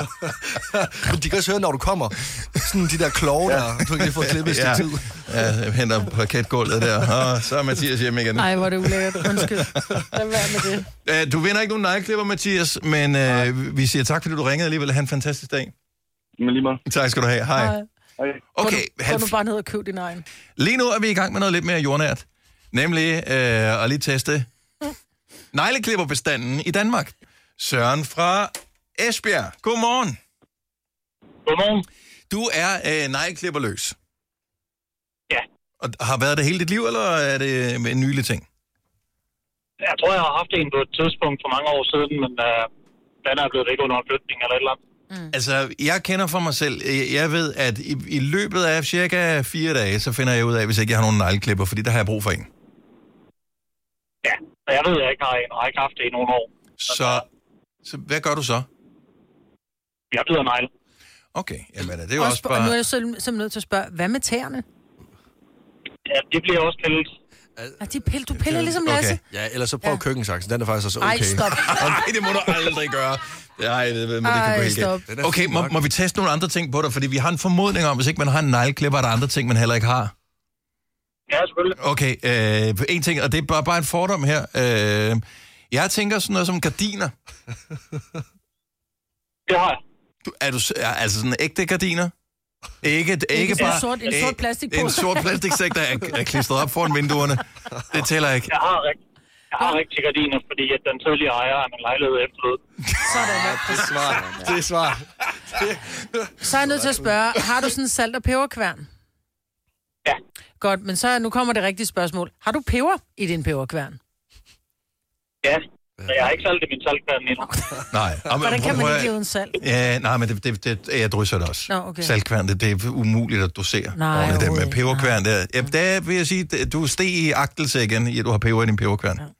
Men de kan også høre, når du kommer. Sådan de der kloge der, du kan lige få klippet i tid. Ja, jeg henter parketgulvet der. Så er Mathias hjemme igen. Nej, hvor er det ulækkert. Undskyld. Lad være med det. Du vinder ikke nogen negleklipper, Mathias, men vi siger tak, fordi du ringede alligevel. Ha' en fantastisk dag. Men lige meget. Tak skal du have. Hej. Hej. Okay, gå nu bare ned og køb din egen. Lige nu er vi i gang med noget lidt mere jordnært. Nemlig at lige teste negleklipperbestanden i Danmark. Søren fra Esbjerg. Godmorgen. Godmorgen. Du er negleklipperløs. Ja. Og har været det hele dit liv, eller er det en nylig ting? Jeg tror, jeg har haft en på et tidspunkt for mange år siden, men den er blevet væk under en flytning eller et eller andet. Altså, jeg kender for mig selv. Jeg ved, at i løbet af cirka 4 dage, så finder jeg ud af, hvis ikke jeg har nogen negleklipper, fordi der har jeg brug for en. Ja, og jeg ved, at jeg ikke har en, og har ikke haft det i nogle år. Så hvad gør du så? Jeg bider negle. Okay, jamen det er jo også bare... Nu er jeg simpelthen nødt til at spørge, hvad med tæerne? Ja, det bliver også pillet. Du piller ligesom Lasse? Ja, eller så prøv køkkensaksen, den er faktisk også okay. Ej, stop. Okay, det må du aldrig gøre. Nej, det kan gå helt galt. Okay, må vi teste nogle andre ting på dig? Fordi vi har en formodning om, hvis ikke man har en negleklipper, er der andre ting, man heller ikke har. Ja, selvfølgelig. Okay, en ting, og det er bare en fordom her. Jeg tænker sådan noget som gardiner. Det har jeg. Altså sådan ægte gardiner? Ikke bare... En sort plastikpose. En sort plastiksæk, der er klistret op foran vinduerne. Det tæller ikke. Jeg har rigtig gardiner, fordi at den tidligere ejer af min lejlighed efterlod. Sådan der. Det er svar. Så er jeg nødt til at spørge, har du sådan salt- og peberkværn? Ja. Godt, men så nu kommer det rigtige spørgsmål. Har du peber i din peberkværn? Ja, så jeg har ikke salt i min saltkværn endnu. Nej. Hvordan kan man ikke lide uden salt? Ja, nej, men jeg drysser det også. Nå, okay. Saltkværn, det er umuligt at dosere. Nej, det med peberkværn der. Ja, der vil jeg sige, du steg i agtelse igen, i at du har peber i din peberkværn. Ja.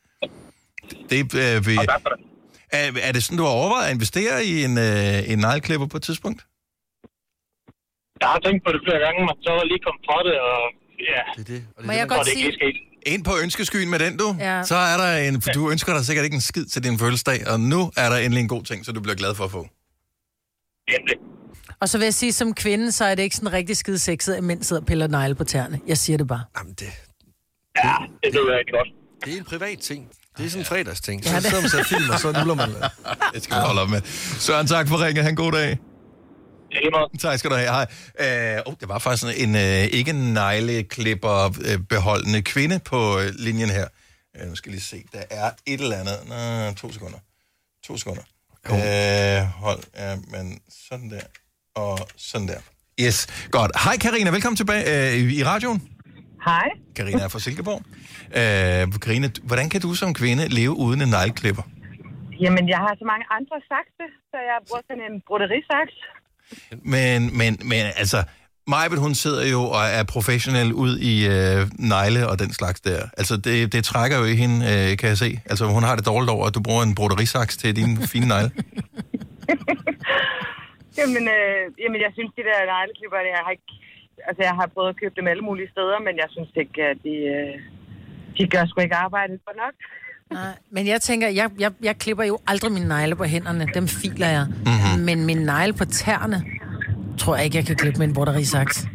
Er det sådan, du har overvejet at investere i en negleklipper på et tidspunkt? Jeg har tænkt på det flere gange, men så var jeg lige kommet fra det, og ja, Må jeg godt sige... Ind på ønskeskyen med den, du. Ja. Så er der en... For du ønsker dig sikkert ikke en skid til din fødselsdag, og nu er der endelig en god ting, så du bliver glad for at få. Endelig. Og så vil jeg sige, som kvinde, så er det ikke sådan rigtig skide sexet, at mænd sidder og piller negle på tæerne. Jeg siger det bare. Jamen det... Ja, det ved jeg ikke godt. Det er en privat ting. Det er sådan en fredagsting. Så sidder man og film, og så nuller man. Det skal vi holde op med. Søren, tak for ringen. Ha' en god dag. Tak skal du have. Hej. Det var faktisk en ikke negleklipper-beholdende kvinde på linjen her. Nu skal jeg lige se. Der er et eller andet. 2 sekunder. 2 sekunder. Hold. Men sådan der. Og sådan der. Yes. Godt. Hej Karina. Velkommen tilbage i radioen. Hej. Karina er fra Silkeborg. Karina, hvordan kan du som kvinde leve uden en negleklipper? Jamen, jeg har så mange andre sakse, så jeg bruger sådan en broderisaks. Men altså, Majbet, hun sidder jo og er professionel ud i negle og den slags der. Altså, det trækker jo i hende, kan jeg se. Altså, hun har det dårligt over, at du bruger en broderisaks til dine fine negle. Jamen, jeg synes, de der negleklipper, jeg har prøvet at købe dem alle mulige steder, men jeg synes ikke, at de gør sgu ikke arbejdet godt nok. Nej, men jeg tænker, jeg klipper jo aldrig mine negle på hænderne. Dem filer jeg. Mm-hmm. Men mine negle på tæerne, tror jeg ikke, jeg kan klippe med en broderisaks.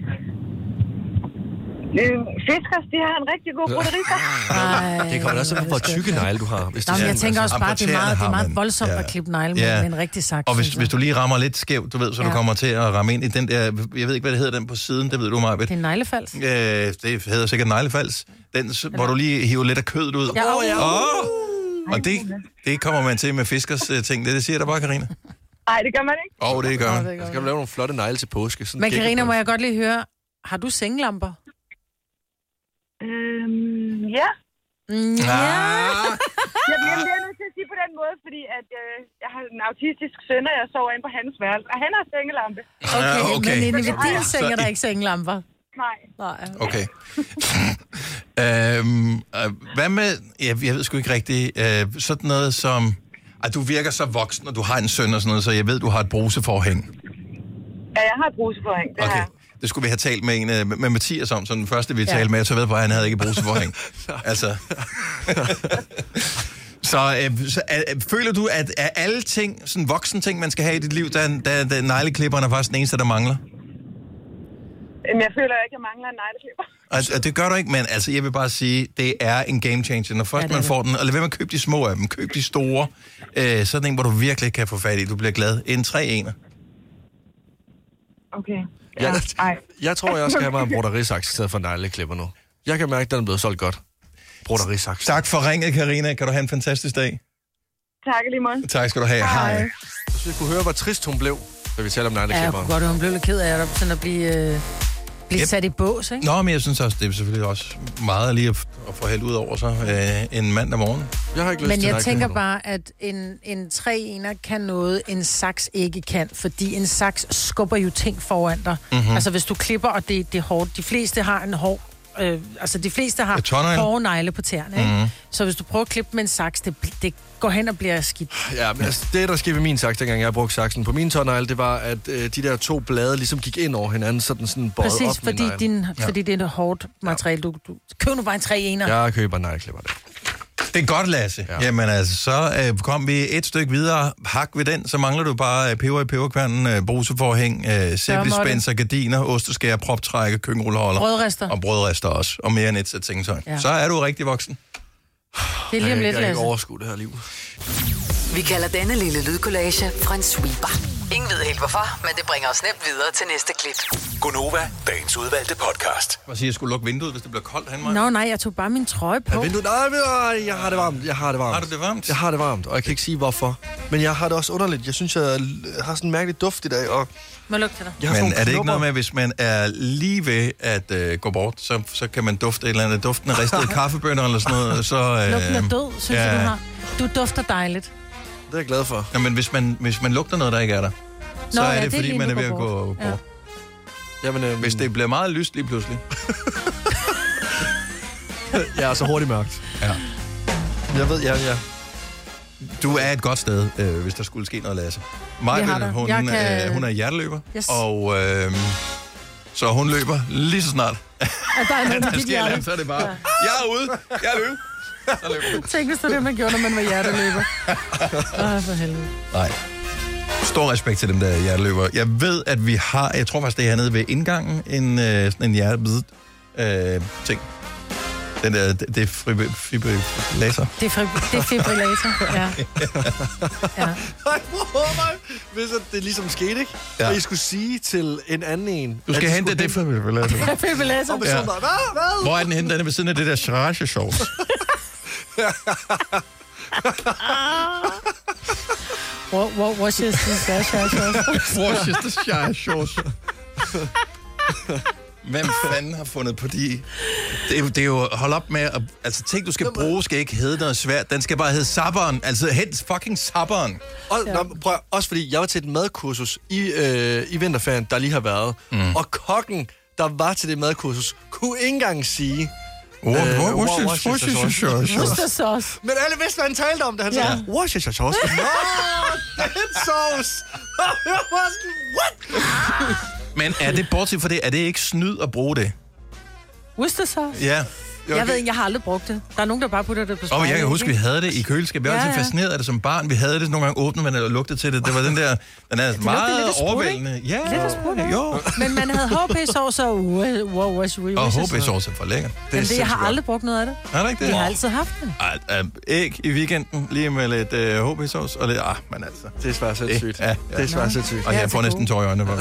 Fiskers, de har en rigtig god broderisaks. Det kommer også hvor tykke negle du har. Hvis jeg tænker også bare, det er meget voldsomt at klippe negle med en rigtig saks. Og hvis du lige rammer lidt skævt, du ved, så du kommer til at ramme ind i den der, jeg ved ikke, hvad det hedder den på siden, det ved du, Majbet. Det er neglefals. Det hedder sikkert neglefals. Den, hvor du lige hiver lidt af kødet ud. Og det kommer man til med fiskers ting. Det siger der bare, Karina. Nej, det gør man ikke. Det gør man. Så skal du lave nogle flotte negle til påske. Men Karina, må jeg godt lige høre, har du sengelamper? Ja. Ja. Jeg bliver nødt til at sige på den måde, fordi at jeg har en autistisk søn, og jeg sover inde på hans værelse, og han har sengelampe. Okay. Men inde ved din seng er der ikke sengelamper? Nej. Okay. Hvad med, jeg ved sgu ikke rigtigt, sådan noget som, at du virker så voksen, og du har en søn og sådan noget, så jeg ved, du har et bruseforhæng. Ja, jeg har et bruseforhæng, det har jeg. Det skulle vi have talt med Mathias om, så den første, vi talte med, så ved på, at han havde ikke bruseforhæng. Altså. Så føler du, at af alle ting, sådan voksne ting, man skal have i dit liv, der negleklipperne er faktisk den eneste, der mangler? Jamen, jeg føler ikke, at jeg mangler en negleklipper. Altså, det gør du ikke, men altså, jeg vil bare sige, det er en game changer. Når først man får den, og lad være med at købe de små af dem, køb de store. Sådan en, hvor du virkelig kan få fat i. Du bliver glad. En 3-1'er. Okay. Jeg tror, jeg skal have mig en broderisaks i stedet for en negleklipper nu. Jeg kan mærke, at den er blevet solgt godt. Broderisaks. Tak for ringet, Karina. Kan du have en fantastisk dag? Tak lige måde. Tak skal du have. Hej. Så vi kunne høre, hvor trist hun blev, da vi talte om negleklipper. Ja, jeg kunne godt, hun blev lidt ked af sådan at blive sat i bås, ikke? Nå, men jeg synes også, det er selvfølgelig også meget lige at få hældt ud over sig en mandag morgen. Jeg har ikke lyst men til jeg tænker bare, at en 3-1'er kan noget, en saks ikke kan, fordi en saks skubber jo ting foran dig. Mm-hmm. Altså, hvis du klipper, og det er hårdt. De fleste har en hård... de fleste har hårde negle på tæerne, ikke? Mm-hmm. Så hvis du prøver at klippe med en saks, det går hen og bliver skidt. Ja, men altså, det, der skete med min saks, dengang jeg brugte saksen på min tånegle, det var, at de der 2 blade ligesom gik ind over hinanden, så den sådan bøjede op. Præcis, fordi det er et hårdt materiale. Du køber nu bare en 3-1'er. Jeg køber en negleklipper. Det er godt, Lasse. Ja. Jamen altså, så kom vi et stykke videre. Hak ved den, så mangler du bare peber i peberkværnen, bruseforhæng, sæbespenser, gardiner, osteskær, proptrækker, køkkenrulleholder. Brødrester. Og brødrester også. Og mere end et sæt sengetøj. Ja. Så er du rigtig voksen. Det er lige om lidt, Jeg kan ikke Lasse. overskue det her liv. Vi kalder denne lille lydkollage Frans sweeper. Ingen ved helt hvorfor, men det bringer os nemt videre til næste klip. Gonova, dagens udvalgte podcast. Hvad siger, jeg skulle lukke vinduet, hvis det bliver koldt herinde? Nå, nej, jeg tog bare min trøje på. Ja, vinduet, nej, jeg har det varmt. Har du det varmt? Jeg har det varmt, og jeg kan ikke sige hvorfor. Men jeg har det også underligt. Jeg synes, jeg har sådan en mærkelig duft i dag. Og Må jeg lugte til dig? Men er det ikke noget med, hvis man er lige ved at gå bort, så kan man dufte et eller andet, duften af ristede kaffebønner eller sådan noget, så... Lugten er død, synes jeg, du har. Du dufter dejligt. Det er jeg glad for. Ja, men hvis man lugter noget, der ikke er der, så er det fordi, man er ved at gå bort. Ja. Jamen, hvis det bliver meget lyst lige pludselig. Ja, så hurtigt mørkt. Ja. Jeg ved, ja. Du er et godt sted, hvis der skulle ske noget, Lasse. Majbel, hun er hjerteløber, Yes. og så hun løber lige så snart. Og der er noget, der sker noget, så er det bare, jeg er ude, jeg løber. Tænk, hvis det er det, man gjorde, når man var hjerteløber. For helvede. Nej. Stor respekt til dem der hjerteløber. Jeg ved, at vi har, jeg tror faktisk, det er hernede ved indgangen, sådan en hjertebid ting. Den der, det er fibrillator. Det er fibrillator, ja. Nej, hvis det ligesom skete, ikke? Ja. Og I skulle sige til en anden en... Du skal hente det fibrillator. Fibrillator. Ja. Hvor er den henne? Den er ved siden af det der sriracha-sauce. Worcestershire-sauce. Hvem fanden har fundet på de... Det er jo... Hold op med at... Altså, ting, du skal bruge, skal ikke hedde noget svært. Den skal bare hedde sabberen. Altså, hent fucking sabberen. Også fordi, jeg var til et madkursus i vinterferien, der lige har været. Og kokken, der var til det madkursus, kunne ikke engang sige... Worcestersauce. Men alle vidste, hvad han talte om, da han sagde, Worcestersauce. Nå, den sauce. What? Men er det, bortset for det, er det ikke snyd at bruge det? Worcestersauce? Ja. Jeg ved ikke, jeg har aldrig brugt det. Der er nogen, der bare putter det på spejlet. Jeg kan huske, vi havde det i køleskab. Jeg var altid fascineret af det som barn. Vi havde det nogle gange åbnet, men jeg lugtede til det. Det var den der, den er meget overvældende. Ja, lidt af sprut, jo. Men man havde HP-sauce og HP-sauce er for lækkert. Jeg har aldrig brugt noget af det. Er det ikke det? Jeg har altid haft det. Æg i weekenden, lige med lidt HP-sauce og lidt... men altså... Det er svært sindssygt. Ja. Det er svært sindssygt. Og jeg får næsten tår i øjnene.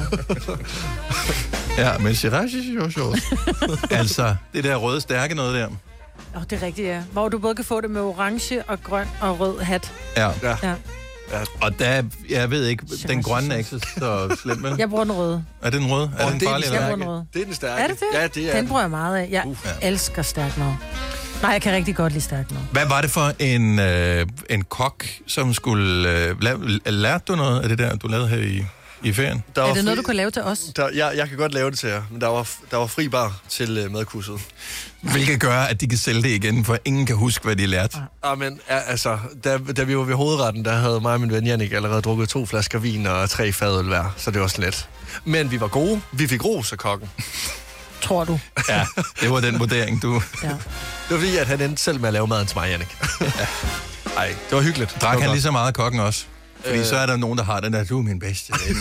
Ja, men sriracha-sauce. Altså, det der røde stærke noget der. Det er rigtigt, ja. Hvor du både kan få det med orange og grøn og rød hat. Ja. Ja. Og der, jeg ved ikke, den grønne er ikke så slem, vel? Jeg bruger den røde. Er det den røde? Er den farlig? Jeg bruger den røde. Det er den stærke. Er det det? Ja, det er den bruger jeg meget af. Jeg elsker stærk mad. Nej, jeg kan rigtig godt lide stærk mad. Hvad var det for en kok, som skulle... lærte du noget af det der, du lavede her i ferien? Er det noget, du kan lave til os? Jeg kan godt lave det til jer, men der var fri bar til madkurset. Hvilket gør, at de kan sælge det igen, for ingen kan huske, hvad de lærte. Men altså, da vi var ved hovedretten, der havde mig og min ven Jannik allerede drukket 2 flasker vin og 3 fadøl hver, så det var sådan lidt. Men vi var gode. Vi fik ros af kokken. Tror du? Ja, det var den vurdering, du... Ja. Det var fordi, at han endte selv med at lave maden til mig, Jannik. Ej, det var hyggeligt. Drak han lige så meget kokken også? Fordi så er der nogen, der har den der, du er min bedste ven.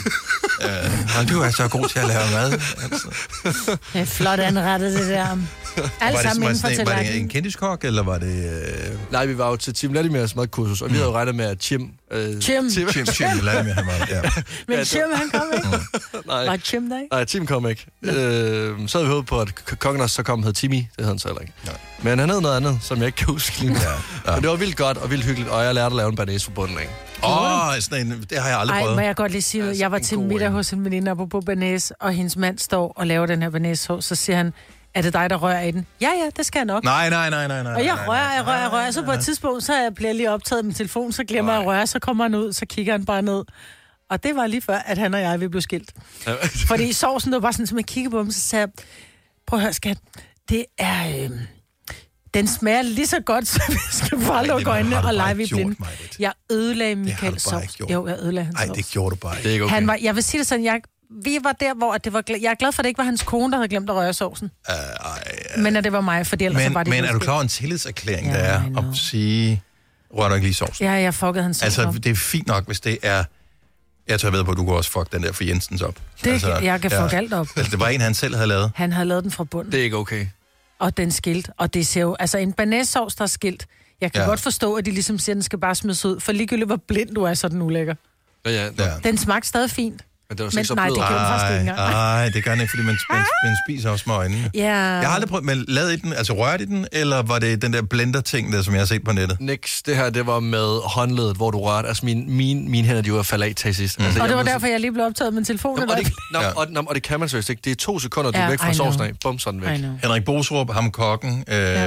Du er så god til at lave mad. Altså. Det er flot anrettet, det der. Alt sammen inden for tallerkenen. Var det en kendiskok, eller var det... Nej, vi var jo til Tim Latimers madkursus, og vi havde jo regnet med, at Tim Latimer, han var, ja. Men Tim, han kom ikke? Nej. Var Tim der ikke? Nej, Tim kom ikke. Så havde vi håbet på, at kongen også så kom, hed Timmy. Det hed han så heller ikke. Nej. Men han hed noget andet, som jeg ikke kan huske lige nu. Ja. Men det var vildt godt og vildt hyggeligt, og jeg lærte at lave en banæs fra bunden af. Det har jeg aldrig prøvet. Må jeg godt lige sige noget. Jeg var til middag hos en veninde på banæs, og hendes mand står og laver den her banæssauce, så siger han, er det dig, der rører i den? Ja, det skal jeg nok. Nej. Og jeg rører. Så på et tidspunkt, så bliver jeg lige optaget min telefon, så glemmer jeg at røre, så kommer han ud, så kigger han bare ned. Og det var lige før, at han og jeg, vi blev skilt. Fordi sovsen, det var bare sådan, som jeg kiggede på ham, så sagde jeg, prøv at høre, skat, det er... Den smager lige så godt, så vi skal bare lukke øjnene og lege vi blinde. Jeg ødelagde Michaels sovs. Jo, jeg ødelagde hans sovs. Nej, det gjorde du bare ikke. Det er ikke okay. Jeg vil sige det sådan, vi var der, hvor det var... Jeg er glad for, at det ikke var hans kone, der havde glemt at røre sovsen. Men at det var mig, for ellers var det... Men er du klar over en tillidserklæring, der er at sige, rør du ikke lige sovsen? Ja, jeg fuckede hans sovs. Altså, det er fint nok, hvis det er... Jeg tør ved på, at du kan også fuck den der for Jensens op. Jeg kan fuck alt op. Altså, det var en, han selv havde lavet. Han havde lavet den fra bunden. Det er ikke okay. Og den skilt. Og det ser jo... Altså, en banæssauce, der er skilt... Jeg kan godt forstå, at de ligesom siger, at den skal bare smides ud, for ligegyldigt hvor blind du er, så er den ulækker. Ja. Den smagte stadig fint. Men det var men så nej, det kan den faktisk ikke engang. Nej, det gør den ikke, fordi man spiser også med øjnene. Ja. Jeg har aldrig prøvet, men lavede I den, altså rørte I den, eller var det den der blender-ting, der, som jeg har set på nettet? Niks, det her, det var med håndledet, hvor du rørte. Altså, mine hænder, de var faldet af til sidst. Altså, og det var derfor, jeg lige blev optaget med telefonen. Og det kan man seriøst ikke. Det er 2 sekunder, du er væk fra sovsen af. Bum, sådan væk. Henrik Boserup, ham kokken,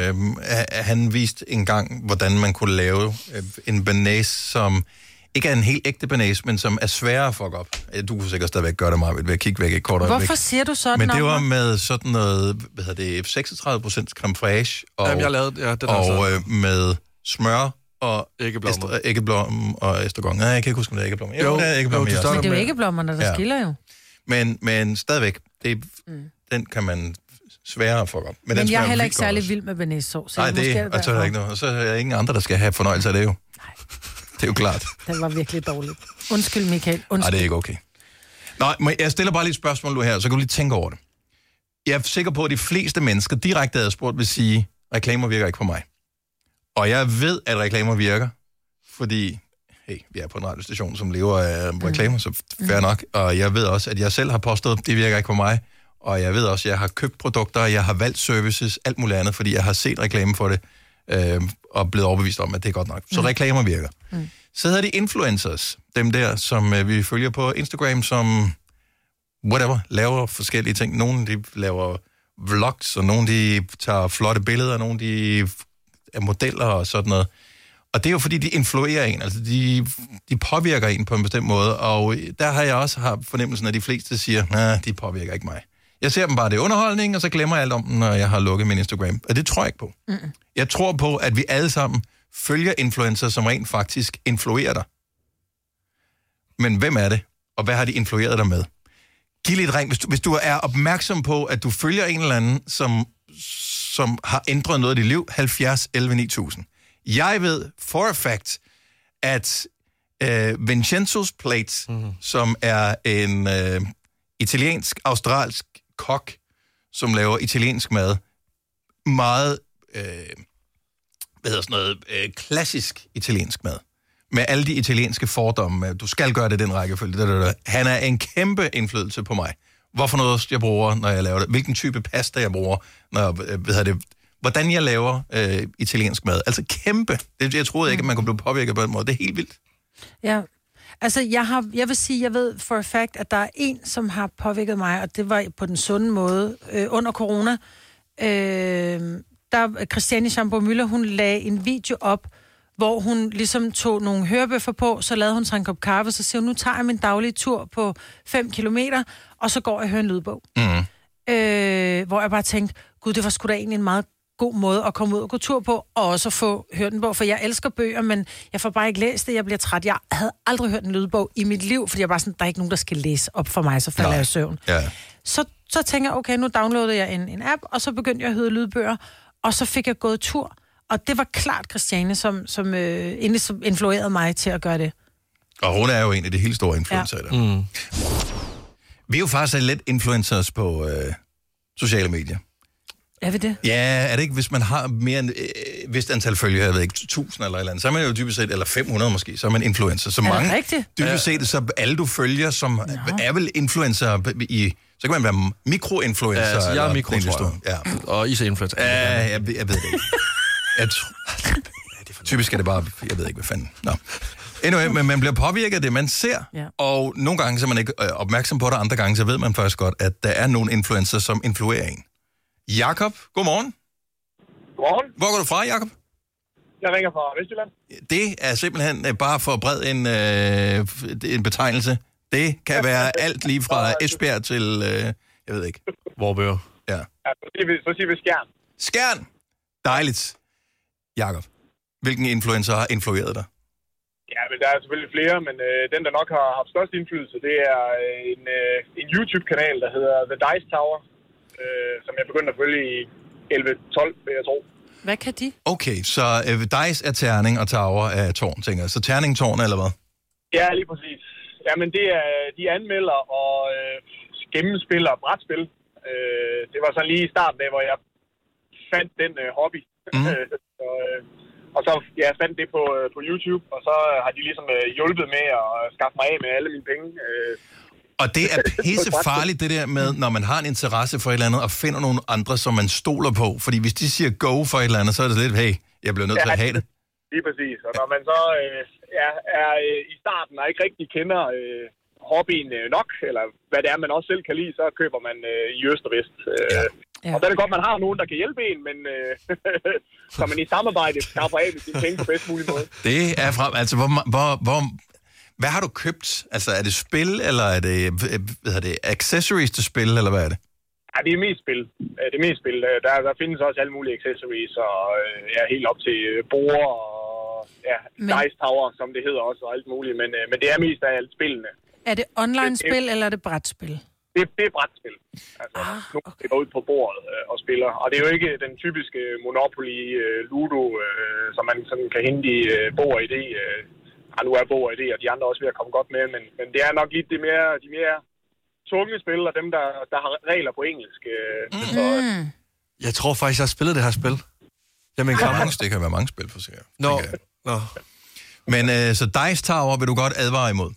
han viste engang, hvordan man kunne lave en bearnaise, som ikke er en helt ægte bearnaise, men som er sværere at fuck op. Du kunne sikkert stadigvæk gøre det meget ved at kigge væk et kort øjeblik. Hvorfor siger du sådan? Men det var med sådan noget, 36% creme fraiche, og, jeg lavede, og med smør og æggeblommer og estragon. Nej, jeg kan ikke huske, om det er æggeblommer. Jo, det er æggeblommer. Men det er jo æggeblommerne, der skiller jo. Men stadigvæk, den kan man sværere at fuck op. Men jeg er heller ikke særlig vild med bearnaisesauce. Nej, det er der ikke noget. Og så er der ingen andre, der skal have fornøjelse af det jo. Nej. Det er jo klart. Det var virkelig dårligt. Undskyld, Michael. Undskyld. Nej, det er ikke okay. Nej, men jeg stiller bare lige et spørgsmål nu her, så kan du lige tænke over det. Jeg er sikker på, at de fleste mennesker direkte adspurgt vil sige, reklamer virker ikke på mig. Og jeg ved, at reklamer virker, fordi vi er på en radiostation, som lever af reklamer, så fair nok. Og jeg ved også, at jeg selv har påstået, at det virker ikke på mig. Og jeg ved også, at jeg har købt produkter, jeg har valgt services, alt muligt andet, fordi jeg har set reklame for det, og blevet overbevist om, at det er godt nok. Så reklamer virker. Så hedder de influencers, dem der, som vi følger på Instagram, som laver forskellige ting. Nogle de laver vlogs, og nogle de tager flotte billeder, og nogle de er modeller og sådan noget. Og det er jo fordi, de influerer en, altså de påvirker en på en bestemt måde, og der har jeg også fornemmelsen, at de fleste siger, de påvirker ikke mig. Jeg ser dem bare, det er underholdning, og så glemmer jeg alt om den, når jeg har lukket min Instagram. Og det tror jeg ikke på. Jeg tror på, at vi alle sammen følger influencer, som rent faktisk influerer dig. Men hvem er det? Og hvad har de influeret dig med? Giv lidt ring, hvis du er opmærksom på, at du følger en eller anden, som har ændret noget i dit liv, 70 11 9000. Jeg ved for a fact, at Vincenzo's Plates, som er en italiensk-australsk kok, som laver italiensk mad, meget klassisk italiensk mad, med alle de italienske fordomme, du skal gøre det i den rækkefølge. Han er en kæmpe indflydelse på mig. Hvorfor noget jeg bruger, når jeg laver det? Hvilken type pasta jeg bruger, når hvordan jeg laver italiensk mad. Altså kæmpe. Jeg troede ikke, at man kunne blive påvirket på den måde. Det er helt vildt. Ja. Altså, jeg vil sige, jeg ved for a fact, at der er en, som har påvirket mig, og det var på den sunde måde under corona. Der Christiane Schamburg-Müller, hun lagde en video op, hvor hun ligesom tog nogle hørebøffer på, så lavede hun sig en kop kaffe, så siger hun, nu tager jeg min daglige tur på 5 kilometer, og så går jeg og hører en lydbog. Hvor jeg bare tænkte, gud, det var sgu da egentlig en meget god måde at komme ud og gå tur på, og også få hørt en bog, for jeg elsker bøger, men jeg får bare ikke læst det, jeg bliver træt. Jeg havde aldrig hørt en lydbog i mit liv, fordi jeg bare sådan, der er ikke nogen, der skal læse op for mig, så falder jeg i søvn. Ja. Så tænker jeg, okay, nu downloadede jeg en app, og så begyndte jeg at høre lydbøger, og så fik jeg gået tur, og det var klart Christiane, som influerede mig til at gøre det. Og hun er jo en af de helt store influencer. Ja. Vi er jo faktisk lidt influencers på sociale medier. Er vi det? Ja, er det ikke, hvis man har mere end vist antal følgere, jeg ved ikke, 1000 eller et eller andet, så er man jo dybest set, eller 500 måske, så er man influencer. Så mange, rigtigt? Dybest set, så alle du følger, som er vel influencer i, så kan man være mikroinfluencer. Ja, altså, jeg er mikro, ja. Og I er influencer. Ja, jeg ved det ikke. Typisk er det bare, jeg ved ikke, hvad fanden. Nå. Anyway, men man bliver påvirket af det, man ser, og nogle gange så er man ikke opmærksom på det, andre gange så ved man først godt, at der er nogle influencer, som influerer en. Jakob, godmorgen. Godmorgen. Hvor går du fra, Jakob? Jeg ringer fra Vestjylland. Det er simpelthen bare for bred en betegnelse. Det kan være alt lige fra Esbjerg til, jeg ved ikke. Vorbøger. Ja. Så siger vi Skjern. Skjern! Dejligt. Jakob, hvilken influencer har influeret dig? Ja, men der er selvfølgelig flere, men den, der nok har haft størst indflydelse, det er en YouTube-kanal, der hedder The Dice Tower. Som jeg begyndte at følge i 11-12, vil jeg tro. Hvad kan de? Okay, så dice er terning, og tower er tårn, tænker jeg. Så terning, tårn, eller hvad? Ja, lige præcis. Jamen, de anmelder og gennemspiller brætspil. Det var sådan lige i starten af, hvor jeg fandt den hobby. Og så fandt det på YouTube, og så har de ligesom hjulpet med at skaffe mig af med alle mine penge. Og det er pissefarligt, det der med, når man har en interesse for et eller andet, og finder nogle andre, som man stoler på. Fordi hvis de siger go for et eller andet, så er det lidt, hey, jeg bliver nødt til at have det. Lige præcis. Og når man så er i starten og ikke rigtig kender hobbyen nok, eller hvad det er, man også selv kan lide, så køber man i øst og vest. Og så er det godt, man har nogen, der kan hjælpe en, men så man i samarbejde skaffer af med sine penge på bedst mulig måde. Det er frem. Altså, hvad har du købt? Altså, er det spil, eller er det accessories til spil, eller hvad er det? Ja, det er mest spil. Der findes også alle mulige accessories, og helt op til borde og dice tower, som det hedder også, og alt muligt. Men det er mest af alt spillene. Er det online-spil, eller er det brætspil? Det er brætspil. Altså, nu går ud på bordet og spiller. Og det er jo ikke den typiske Monopoly, Ludo, som man sådan kan hente i Bog og Idé. Nu er Bog og Idé, og de andre også ved at komme godt med. Men det er nok lidt de mere tunge spil, og dem, der har regler på engelsk. Jeg tror faktisk, jeg har spillet det her spil. Jamen, det kan være mange spil for sig. Nå. Men så Dice Tower vil du godt advare imod?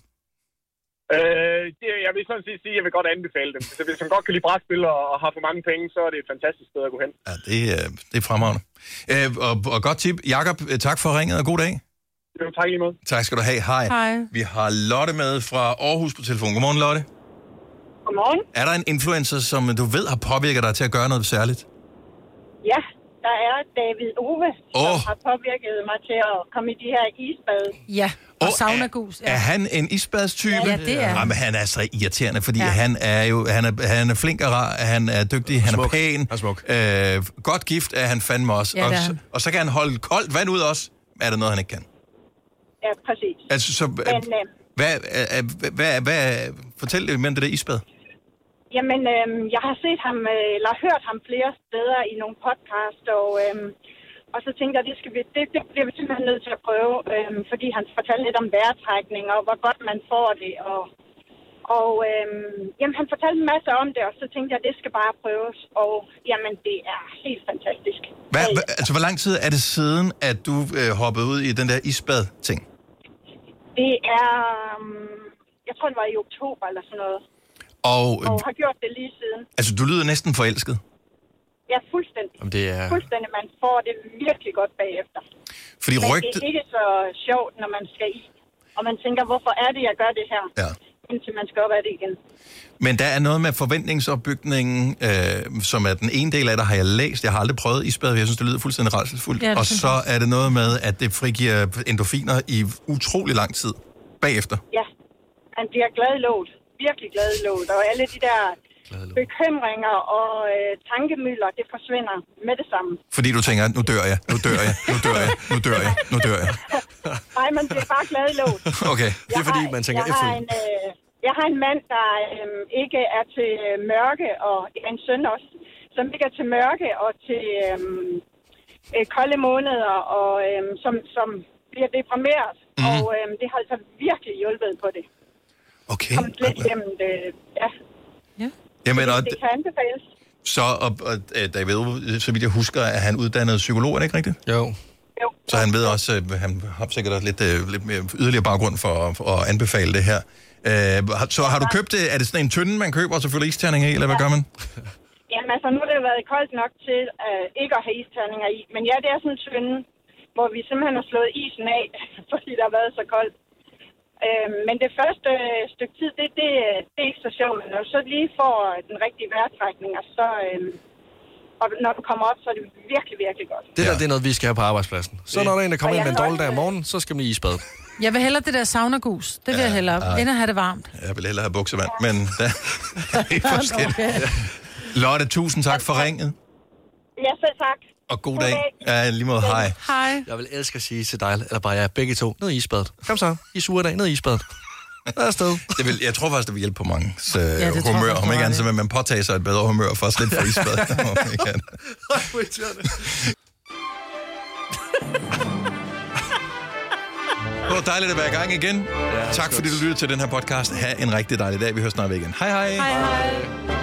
Jeg vil sådan sige, at jeg vil godt anbefale dem. Så hvis man godt kan lide brætspil og har for mange penge, så er det et fantastisk sted at gå hen. Ja, det er fremragende. Og godt tip. Jakob, tak for ringet, og god dag. Jo, tak lige måde. Tak skal du have. Hej. Vi har Lotte med fra Aarhus på telefon. Godmorgen, Lotte. Godmorgen. Er der en influencer, som du ved har påvirket dig til at gøre noget særligt? Ja, der er David Ove, som har påvirket mig til at komme i de her isbad. Ja, og saunagus. Er han en isbadstype? Ja, det er han. Jamen, han er så irriterende, fordi han er flink og rar, han er dygtig, han er pæn. Godt gift er han fandme også. Ja, og så kan han holde koldt vand ud også. Er der noget, han ikke kan? Ja, præcis. Altså, så, fortæl lidt mere om det der isbad. Jamen, jeg har set ham, eller hørt ham flere steder i nogle podcast, og så tænkte jeg, det bliver vi simpelthen nødt til at prøve, fordi han fortalte lidt om vejrtrækning, og hvor godt man får det, og jamen, han fortalte en masse om det, og så tænkte jeg, det skal bare prøves, og jamen, det er helt fantastisk. Altså, hvor lang tid er det siden, at du hoppede ud i den der isbad-ting? Det er, jeg tror, det var i oktober eller sådan noget. Og har gjort det lige siden. Altså, du lyder næsten forelsket. Ja, fuldstændig. Jamen, det er... Fuldstændig. Man får det virkelig godt bagefter. Fordi men det er ikke så sjovt, når man skal i. Og man tænker, hvorfor er det, jeg gør det her? Ja. Indtil man skal op af det igen. Men der er noget med forventningsopbygningen, som er den ene del af det, har jeg læst. Jeg har aldrig prøvet isbad, jeg synes, det lyder fuldstændig rædselsfuldt. Ja, og så er det noget med, at det frigiver endorfiner i utrolig lang tid bagefter. Ja, man bliver glad i låget. Virkelig glad i låget. Og alle de der bekymringer og tankemøller, det forsvinder med det samme. Fordi du tænker, nu dør jeg. Nej, man bliver bare glad i låget. Okay, det er fordi, man tænker efter. Jeg har en mand, der ikke er til mørke, og en søn også, som ikke er til mørke og til kolde måneder, og som bliver deprimeret. Og det har altså virkelig hjulpet på det. Okay. Kom lidt igennem det, ja. Jamen, det kan anbefales. Så, og David, så vidt jeg husker, at han uddannet psykolog, er det ikke rigtigt? Jo. Så han ved også, han har sikkert lidt mere yderligere baggrund for at anbefale det her. Så har du købt det, er det sådan en tynde, man køber, og selvfølgelig isterninger i, eller hvad gør man? Jamen altså, nu har det været koldt nok til ikke at have isterninger i, men ja, det er sådan en tynde, hvor vi simpelthen har slået isen af, fordi der har været så koldt. Men det første stykke tid, det er ikke så sjovt, men når du så lige får den rigtige vejrtrækning, og så... Og når du kommer op, så er det virkelig, virkelig godt. Det er noget, vi skal have på arbejdspladsen. Så når der er en, der kommer ind med en dårlig dag om morgenen, så skal man i isbad. Jeg vil hellere det der saunagus. Det vil jeg hellere. End at have det varmt. Jeg vil hellere have buksevand, men der er helt forskelligt. Lotte, tusind tak for ringet. Ja, selv tak. Og god dag. Ja, lige måde. Hej. Hej. Jeg vil elske at sige til dig, eller bare jer begge to, ned i isbadet. Kom så, I sure dag, ned i isbadet. Jeg tror faktisk, det vil hjælpe på mange humør. Om ikke andet, så vil man påtage sig et bedre humør for at slippe for isbad. Det var dejligt at være i gang igen. Tak fordi du lyttede til den her podcast. Ha' en rigtig dejlig dag. Vi hører snart igen. Hej hej. Hej hej.